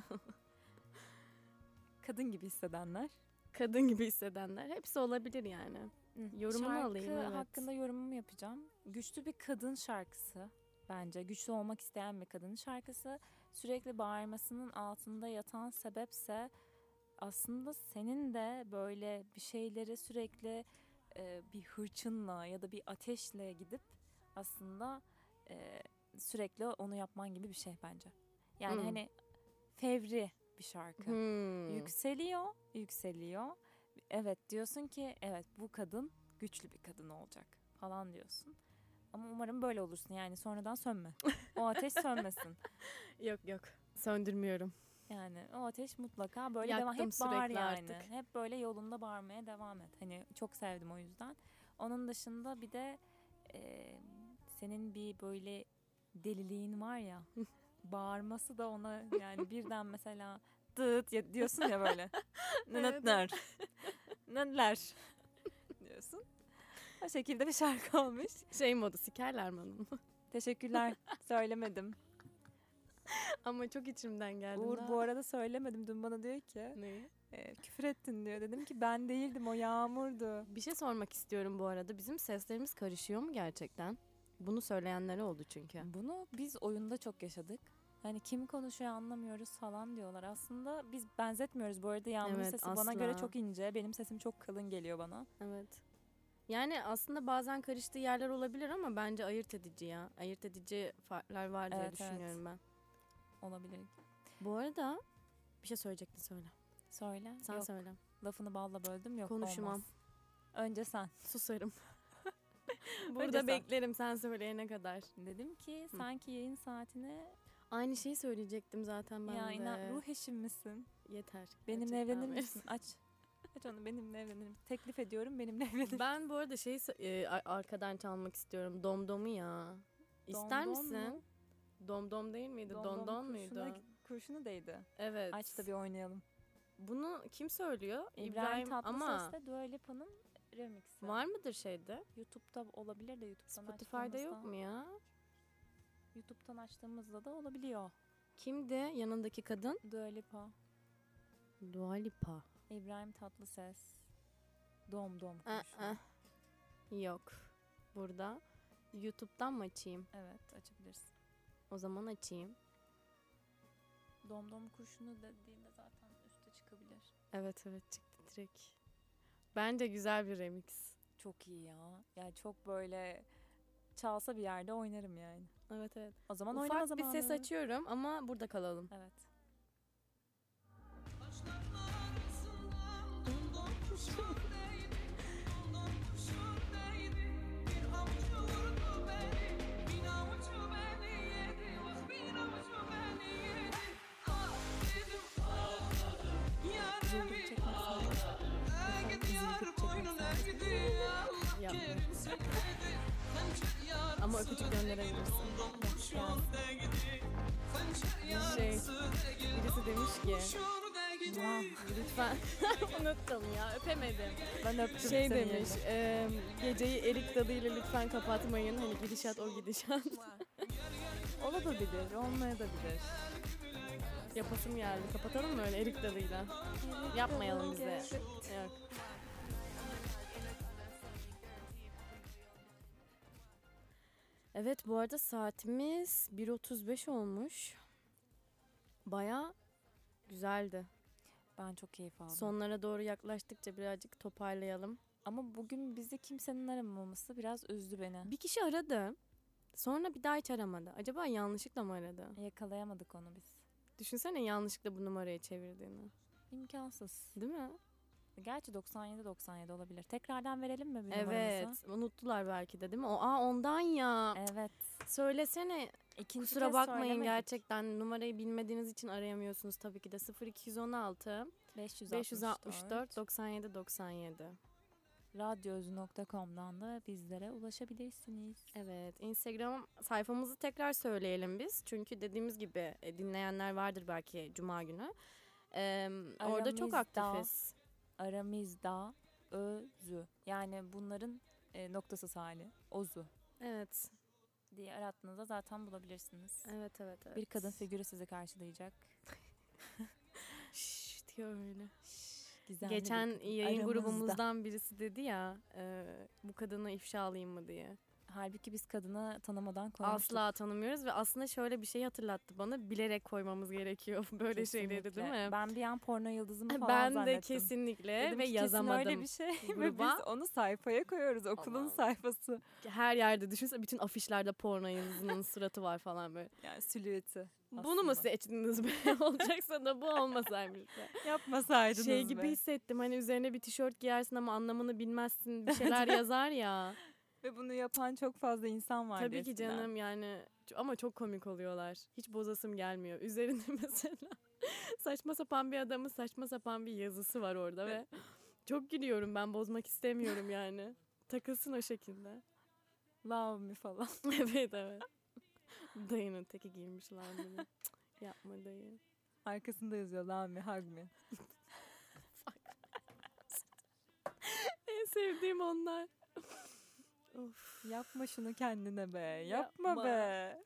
Kadın gibi hissedenler. Kadın gibi hissedenler. Hepsi olabilir yani. Yorumunu Şarkı alayım, evet. hakkında yorumumu yapacağım. Güçlü bir kadın şarkısı bence. Güçlü olmak isteyen bir kadının şarkısı. Sürekli bağırmasının altında yatan sebepse aslında senin de böyle bir şeyleri sürekli e, bir hırçınla ya da bir ateşle gidip aslında e, sürekli onu yapman gibi bir şey bence. Yani Hmm. hani fevri bir şarkı. Hmm. Yükseliyor, yükseliyor. Evet diyorsun ki evet bu kadın güçlü bir kadın olacak falan diyorsun. Ama umarım böyle olursun yani sonradan sönme. O ateş sönmesin. Yok yok. Söndürmüyorum. Yani o ateş mutlaka böyle devam. Yaktım Hep bağır sürekli yani. artık. Hep böyle yolunda bağırmaya devam et. Hani çok sevdim o yüzden. Onun dışında bir de e, senin bir böyle deliliğin var ya. Bağırması da ona yani birden mesela dıt ya- diyorsun ya böyle. Nınıtlar. Nınıtlar. diyorsun. O şekilde bir şarkı olmuş. Şey modu sikerler mi onu? Teşekkürler. Söylemedim. Ama çok içimden geldi. Uğur daha. bu arada söylemedim. Dün bana diyor ki Neyi? e, küfür ettin diyor. Dedim ki ben değildim o Yağmur'du. Bir şey sormak istiyorum bu arada. Bizim seslerimiz karışıyor mu gerçekten? Bunu söyleyenler oldu çünkü. Bunu biz oyunda çok yaşadık. Hani kim konuşuyor anlamıyoruz falan diyorlar. Aslında biz benzetmiyoruz. Bu arada Yağmur'un Evet, sesi bana asla. göre çok ince. Benim sesim çok kalın geliyor bana. Evet. Yani aslında bazen karıştığı yerler olabilir ama bence ayırt edici ya. Ayırt edici farklar var diye Evet, düşünüyorum ben. Olabilir. Bu arada bir şey söyleyecektin söyle. Söyle. Sen Yok, söyle. lafını balla böldüm. Yok Konuşmam. olmaz. Önce sen. Susarım. Önce Burada sen. beklerim sen söyleyene kadar. Dedim ki sanki yayın saatini Aynı şeyi söyleyecektim zaten ben ya de. inan ruh eşim misin? Yeter. Benimle Gerçekten evlenir mi? misin? Aç. Aç onu benimle evlenir misin? Teklif ediyorum benimle evlenir misin? Ben bu arada şey e, ar- arkadan çalmak istiyorum. Domdom'u ya. İster Domdom misin? mu? Domdom değil miydi? Domdom Dondon kurşuna- muydu? Kurşunu değdi. Evet. Aç da bir oynayalım. Bunu kim söylüyor? İbrahim ama Tatlıses'te Dua Lipa'nın remixi. var mıdır şeyde? YouTube'da olabilir de YouTube'dan Spotify'da yok açtığımızda- mu ya? YouTube'dan açtığımızda da olabiliyor. Kimdi yanındaki kadın? Dua Lipa, Dua Lipa. İbrahim Tatlıses, Dom Dom Aa, kurşunu. aa. Yok. Burada. YouTube'dan mı açayım? Evet açabilirsin. O zaman açayım. Dom Dom kurşunu dediğinde zaten üste çıkabilir. Evet evet çıktı direkt. Bence güzel bir remix. Çok iyi ya. Yani çok böyle çalsa bir yerde oynarım yani. Evet evet. O zaman oynama Ufak bir zamanı. ses açıyorum ama burada kalalım. Evet. Zılgıt çekmek Yapma. Ama öpücük gönderebilirsin. Şey, birisi demiş ki lütfen unuttum ya öpemedim. Ben öptüm Şey seni demiş e, geceyi erik tadıyla lütfen kapatmayın. Hani gidişat o gidişat. Olabilir, olmayabilir. Yapasım geldi. Kapatalım mı öyle erik tadıyla? Yapmayalım bize. Yok. Evet bu arada saatimiz bir otuz beş olmuş. Baya güzeldi. Ben çok keyif aldım. Sonlara doğru yaklaştıkça birazcık toparlayalım. Ama bugün bizi kimsenin aramaması biraz üzdü beni. Bir kişi aradı. Sonra bir daha hiç aramadı. Acaba yanlışlıkla mı aradı? Yakalayamadık onu biz. Düşünsene yanlışlıkla bu numarayı çevirdiğini. İmkansız. Değil mi? Gerçi doksan yedi doksan yedi olabilir. Tekrardan verelim mi bir Evet. numaramızı? Unuttular belki de değil mi? O, aa ondan ya. Evet. Söylesene. İkinci Kusura kez bakmayın söylemedik. gerçekten numarayı bilmediğiniz için arayamıyorsunuz tabii ki de sıfır iki on altı beş yüz beş yüz altmış altmış dört dört doksan yedi doksan yedi. radyoözü nokta com'dan da bizlere ulaşabilirsiniz. Evet, Instagram sayfamızı tekrar söyleyelim biz. Çünkü dediğimiz gibi e, dinleyenler vardır belki cuma günü. Ee, orada çok Aramızda. aktifiz. Aramızda özü. Yani bunların e, noktasız hali. Ozu Evet. diye arattığınızda zaten bulabilirsiniz. Evet, evet, evet. Bir kadın figürü sizi karşılayacak. Şşş diyor öyle. Gizemli bir Geçen kadın. yayın Aramızda. grubumuzdan birisi dedi ya e, bu kadını ifşa alayım mı diye. Halbuki biz kadını tanımadan koymuştuk. Asla tanımıyoruz ve aslında şöyle bir şey hatırlattı bana. Bilerek koymamız gerekiyor böyle şeyleri değil Kesinlikle. mi? Ben bir an porno yıldızı mı falan Ben de zannettim. kesinlikle Dedim ve ki kesin yazamadım. öyle bir şey ve gruba. biz onu sayfaya koyuyoruz. Okulun Allah'ım. sayfası. Her yerde düşünsene bütün afişlerde porno yıldızının suratı var falan böyle. Yani silüeti. Bunu mu aslında. seçtiniz be? Olacaksa da bu olmasaymış be. Yapmasaydınız Şey gibi be. hissettim, hani üzerine bir tişört giyersin ama anlamını bilmezsin, bir şeyler yazar ya. Ve bunu yapan çok fazla insan var. Tabii ki canım, yani ç- ama çok komik oluyorlar. Hiç bozasım gelmiyor. Üzerinde mesela saçma sapan bir adamın saçma sapan bir yazısı var orada ve çok gülüyorum, ben bozmak istemiyorum yani. Takılsın o şekilde. Love me falan. Evet evet. Dayının teki giymiş lan bunu. Cık, yapma dayı. Arkasında yazıyor love me, hug me. En sevdiğim onlar. Of. Yapma şunu kendine be. Yapma, Yapma. be.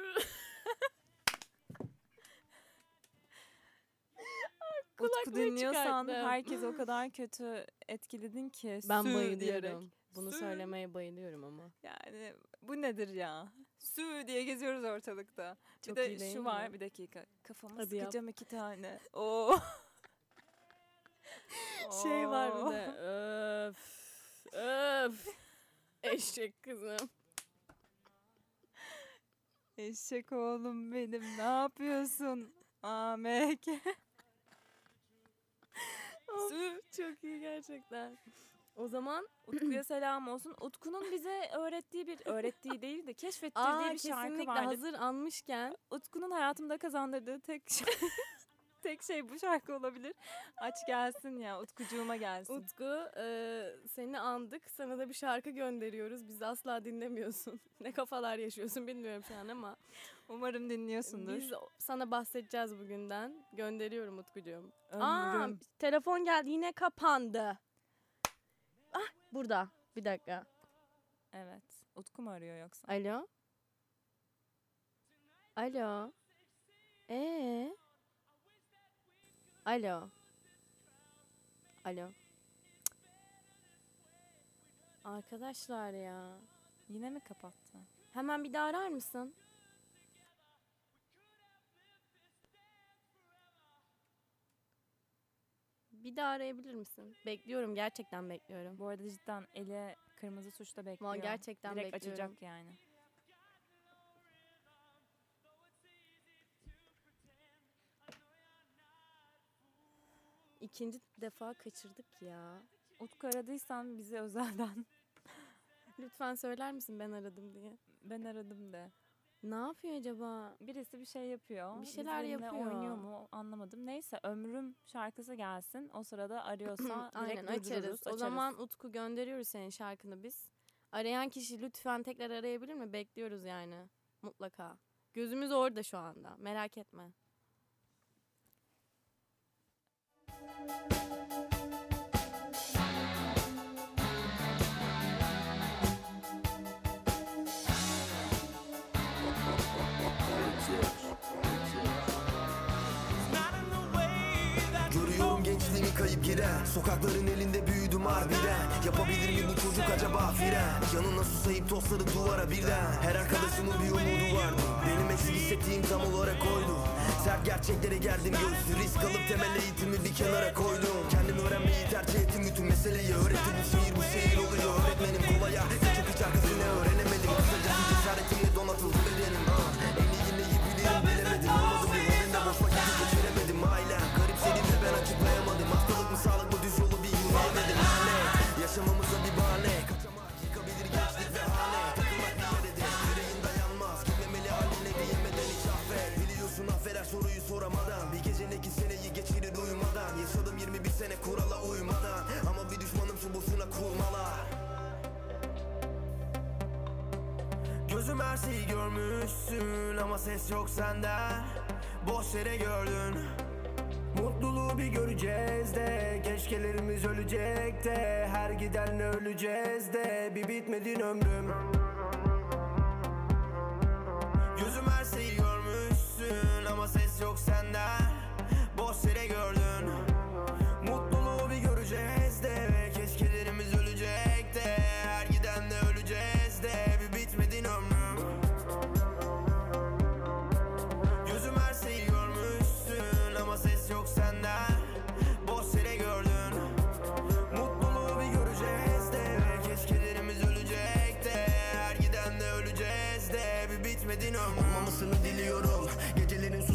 Utku Kulaklığı dinliyorsan çıkarttım. herkes o kadar kötü etkiledin ki. Ben sü diyerek. bayılıyorum. Bunu Sü. söylemeye bayılıyorum ama. Yani bu nedir ya? Sü diye geziyoruz ortalıkta. Çok bir de iyi değil şu mi? var, bir dakika. Kafama Hadi yap. sıkacağım iki tane. Oo. Şey var bir Oo. de. Öf. Öf. Eşek kızım. Eşek oğlum benim, ne yapıyorsun? A M K. Of, çok iyi gerçekten. O zaman Utku'ya selam olsun. Utku'nun bize öğrettiği bir, öğrettiği değil de keşfettirdiği aa, bir şarkı kesinlikle vardı. hazır anmışken Utku'nun hayatımda kazandırdığı tek şey, tek şey bu şarkı olabilir. Aç gelsin ya, Utkucuğuma gelsin. Utku, e, seni andık. Sana da bir şarkı gönderiyoruz. Bizi asla dinlemiyorsun. Ne kafalar yaşıyorsun bilmiyorum şu an ama. Umarım dinliyorsundur. Biz sana bahsedeceğiz bugünden. Gönderiyorum Utkucuğum. Ömrüm. Aa, telefon geldi, yine kapandı. Ah, burada. Bir dakika. Evet. Utku mu arıyor yoksa? Alo. Alo. Ee. Alo. Alo. Cık. Arkadaşlar ya. Yine mi kapattı? Hemen bir daha arar mısın? Bir daha arayabilir misin? Bekliyorum, gerçekten bekliyorum. Bu arada cidden eli kırmızı tuşta bekliyor. Vallahi gerçekten Direkt bekliyorum. açacak yani. İkinci defa kaçırdık ya. Utku aradıysan bizi özelden. Lütfen söyler misin ben aradım diye. Ben aradım de. Ne yapıyor acaba? Birisi bir şey yapıyor. Bir şeyler Bizimle yapıyor. oynuyor mu anlamadım. Neyse, Ömrüm şarkısı gelsin. O sırada arıyorsa Aynen direkt açarız. durdururuz. O açarız. zaman Utku, gönderiyoruz senin şarkını biz. Arayan kişi lütfen tekrar arayabilir mi? Bekliyoruz yani. Mutlaka. Gözümüz orada şu anda. Merak etme. Görüyorum gençliğimi kayıp giren, sokakların elinde büyüdüm harbiden. Yapabilir mi bu çocuk acaba fren? Yanına susayıp tostları duvara birden. Her arkadaşımın bir umudu vardı, benim eksik hissettiğim tam olarak oydu. Sert gerçeklere geldim göğsü, risk alıp temel eğitimi bir kenara koydum. Kendim öğrenmeyi tercih ettim, bütün meseleyi öğretti. Bu şehir bu şehir oluyor öğretmenim kolaya. Küçük hiç arkasını öğrenemedim, kısacası cesaretimle donatıldı bedenim. ah. En iyi neyi bilirim bilemedim, olmadı bir halinde boş vakit geçiremedim. Ailem garipsedim ve ben açıklayamadım. Hastalık mı sağlık mı düz yolu bir yürüyemedim. Lanet, yaşamamıza bir bahane. Kaçamak yıkabilir gençlik ve hane. Takılmak bir yerede, yüreğin dayanmaz. Gitmemeli haline diyemeden hiç affet. Biliyorsun affeder soruyu soramadan. Bir gece ne ki seneyi geçirir uyumadan. Yaşadım yirmi bir sene kurala uymadan. Ama bir düşmanım şu boşuna kurmalar. Gözüm her şeyi görmüşsün ama ses yok senden. Boş yere gördün. Mutluluğu bir göreceğiz de, keşkelerimiz ölecek de, her gidenle öleceğiz de, bir bitmedin ömrüm. Gözüm her şeyi görmüşsün ama ses yok senden. Boş yere gördün. Mutluluğu bir göreceğiz de, keşkelerimiz ölecek de, her gidenle öleceğiz de, bir bitmedin ömrüm. Gözüm her şeyi görmüşsün ama ses yok senden. Boş yere gördün. Mutluluğu bir göreceğiz de, keşkelerimiz ölecek de, her gidenle öleceğiz de, bir bitmedin ömrüm. Olmamasını diliyorum. Gecelerin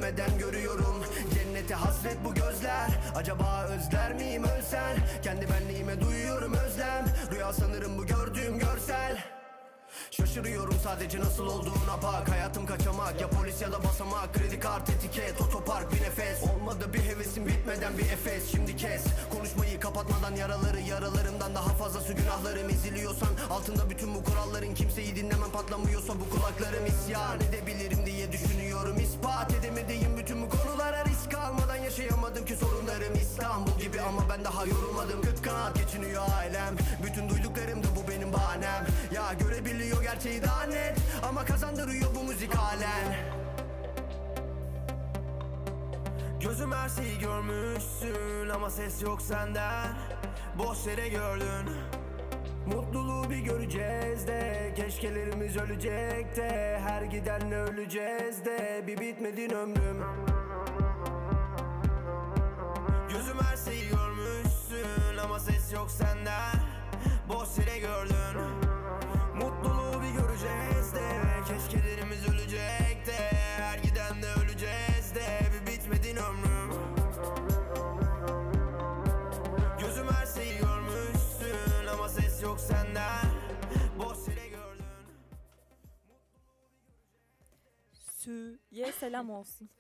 görmeden görüyorum. Cennete hasret bu gözler. Acaba özler miyim ölsen? Kendi benliğime duyuyorum özlem. Rüya sanırım bu gördüğüm görsel. Şaşırıyorum sadece nasıl olduğuna bak. Hayatım kaçamak, ya polis ya da basamak. Kredi kart, etiket, otopark, bir nefes. Olmadı bir hevesim, bitmeden bir efes. Şimdi kes, konuşmayı kapatmadan yaraları. Yaralarımdan daha fazlası günahlarım. Eziliyorsan altında bütün bu kuralların. Kimseyi dinlemem, patlamıyorsa bu kulaklarım. İsyan edebilirim diye düşünüyorum. İspat edemediğim bütün bu konulara. Risk almadan yaşayamadım ki sorunlarım. İstanbul gibi ama ben daha yorulmadım. Kıt kanaat geçiniyor ailem. Bütün duyduklarım da bu benim bahanem. Ya görebiliyor gerçeği daha net, ama kazandırıyor bu müzik halen. Gözüm her şeyi görmüşsün ama ses yok senden. Boş yere gördün. Mutluluğu bir göreceğiz de, keşkelerimiz ölecek de. Her gidenle öleceğiz de, bir bitmedin ömrüm. Gözüm her şeyi görmüşsün ama ses yok senden. Boş yere gördün. Mutluluğu bir göreceğiz de, keşkelerimiz ölecek de. Her gidenle öleceğiz de, bir bitmedin ömrüm. Gözüm her şeyi görmüşsün ama ses yok senden. Boş yere gördün. Sü'ye selam olsun.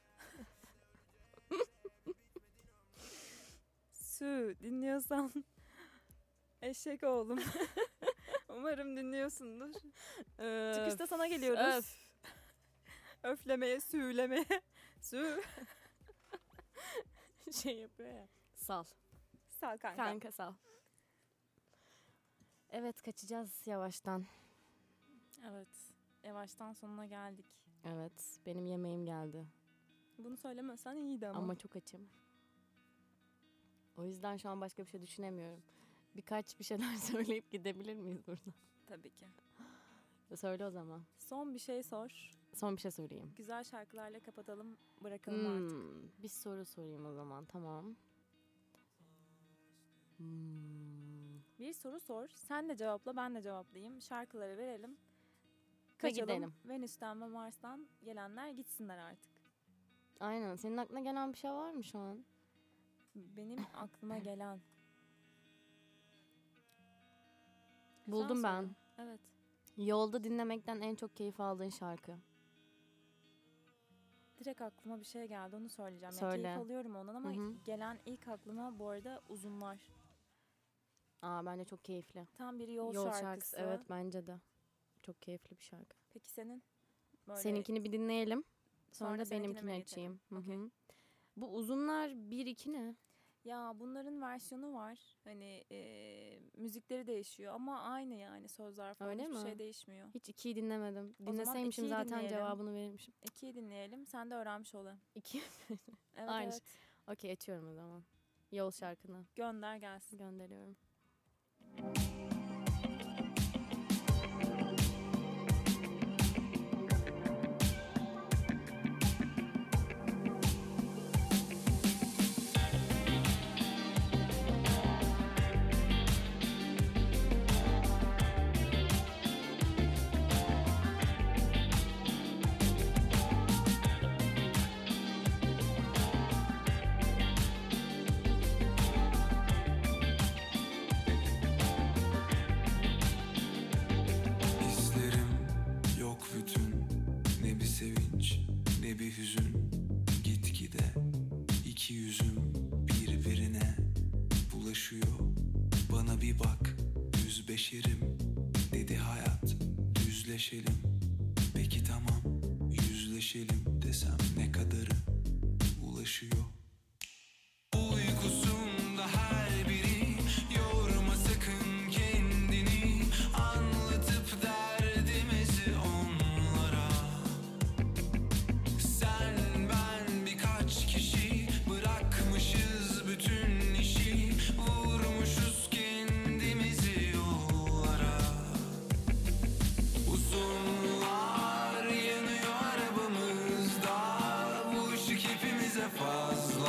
Sü, dinliyorsan eşek oğlum. Umarım dinliyorsundur. Öf, Çıkışta sana geliyoruz. Öf. Öflemeye, süğlemeye. Sü. Şey yapıyor ya. Sal. Sağ kanka. Kanka sal. Evet, kaçacağız yavaştan. Evet. Yavaştan sonuna geldik. Evet, benim yemeğim geldi. Bunu söylemesen iyiydi ama. Ama çok açım. O yüzden şu an başka bir şey düşünemiyorum. Birkaç bir şeyler söyleyip gidebilir miyiz buradan? Tabii ki. Söyle o zaman. Son bir şey sor. Son bir şey söyleyeyim. Güzel şarkılarla kapatalım, bırakalım artık. Hmm, bir soru sorayım o zaman. Tamam. Hmm. Bir soru sor. Sen de cevapla, ben de cevaplayayım. Şarkıları verelim. Ve Kaçalım. gidelim. Venüs'ten ve Mars'tan gelenler gitsinler artık. Aynen. Senin aklına gelen bir şey var mı şu an? Benim aklıma gelen. Buldum Sen ben. söyle. Evet. Yolda dinlemekten en çok keyif aldığın şarkı. Direkt aklıma bir şey geldi, onu söyleyeceğim. Yani Söyle. keyif alıyorum ondan ama Hı hı. gelen ilk aklıma bu arada Uzunlar. Aa, bence çok keyifli. Tam bir yol, Yol şarkısı. Evet, bence de. Çok keyifli bir şarkı. Peki senin? Böyle Seninkini bir dinleyelim. Sonra, Sonra da seninkini mi benimkini geçelim? açayım. Hı Okey. hı. Bu uzunlar bir iki ne? Ya bunların versiyonu var. Hani e, müzikleri değişiyor ama aynı yani, sözler falan Öyle hiçbir mi? şey değişmiyor. Hiç ikiyi dinlemedim. zaman Dinleseymişim ikiyi zaten dinleyelim. cevabını verirmişim. İkiyi dinleyelim, sen de öğrenmiş olayım. İki. Evet, Aynı evet. Okey, açıyorum o zaman. Yol şarkını Gönder gelsin. gönderiyorum. Hislerim yok bütün, ne bir sevinç ne bir hüzün. Gitgide iki yüzüm birbirine bulaşıyor. Bana bir bak, düz beşerim dedi hayat, düzleşelim. Peki tamam, yüzleşelim desem ne kadarı ulaşıyor. Uykusunda her biri, yorma sakın kendini, anlatıp derdimizi onlara. Sen ben birkaç kişi, bırakmışız bütün işi, vurmuşuz kendimizi yollara. Uzunlar yanıyor arabamızda, bu ışık hepimize fazla.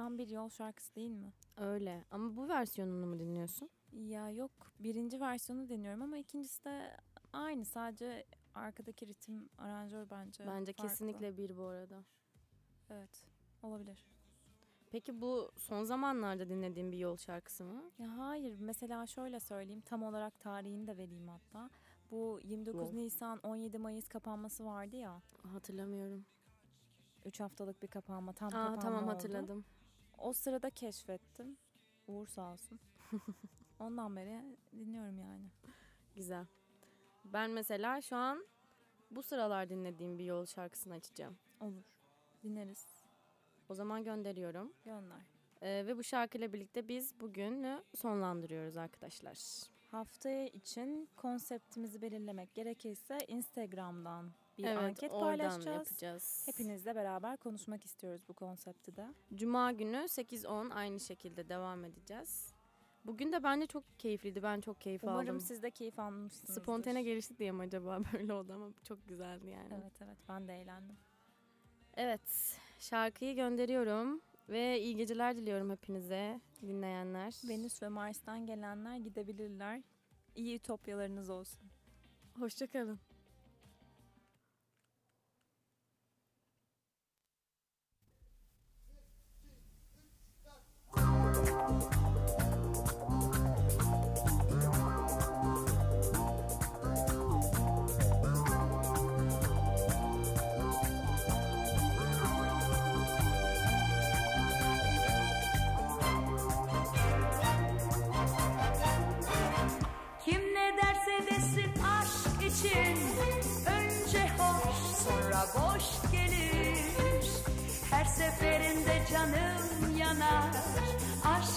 tam bir yol şarkısı değil mi? Öyle. Ama bu versiyonunu mu dinliyorsun? Ya yok, birinci versiyonu deniyorum ama ikincisi de aynı. Sadece arkadaki ritim, aranjör bence Bence farklı. kesinlikle bir bu arada. Evet, olabilir. Peki bu son zamanlarda dinlediğin bir yol şarkısı mı? Ya hayır, mesela şöyle söyleyeyim, tam olarak tarihini de vereyim hatta. Bu yirmi dokuz Wow. Nisan on yedi Mayıs kapanması vardı ya. Hatırlamıyorum. üç haftalık bir kapanma, tam Aa, kapanma tamam oldu. hatırladım. O sırada keşfettim. Uğur sağ olsun. Ondan beri dinliyorum yani. Güzel. Ben mesela şu an bu sıralar dinlediğim bir yol şarkısını açacağım. Olur. Dinleriz. O zaman gönderiyorum. Gönder. Ee, ve bu şarkıyla birlikte biz bugünü sonlandırıyoruz arkadaşlar. Haftaya için konseptimizi belirlemek gerekirse Instagram'dan bir Evet, anket oradan paylaşacağız. yapacağız. Hepinizle beraber konuşmak istiyoruz bu konsepti de. Cuma günü sekiz on aynı şekilde devam edeceğiz. Bugün de bence çok keyifliydi. Ben çok keyif Umarım aldım. siz de keyif almışsınızdır. Spontane gelişti diye mi acaba böyle oldu ama çok güzeldi yani. Evet evet, ben de eğlendim. Evet, şarkıyı gönderiyorum ve iyi geceler diliyorum hepinize dinleyenler. Venüs ve Mars'tan gelenler gidebilirler. İyi ütopyalarınız olsun. Hoşça kalın. Kim ne derse desin aşk için önce hoş sonra boş gelir. Her seferinde canım yanar aşk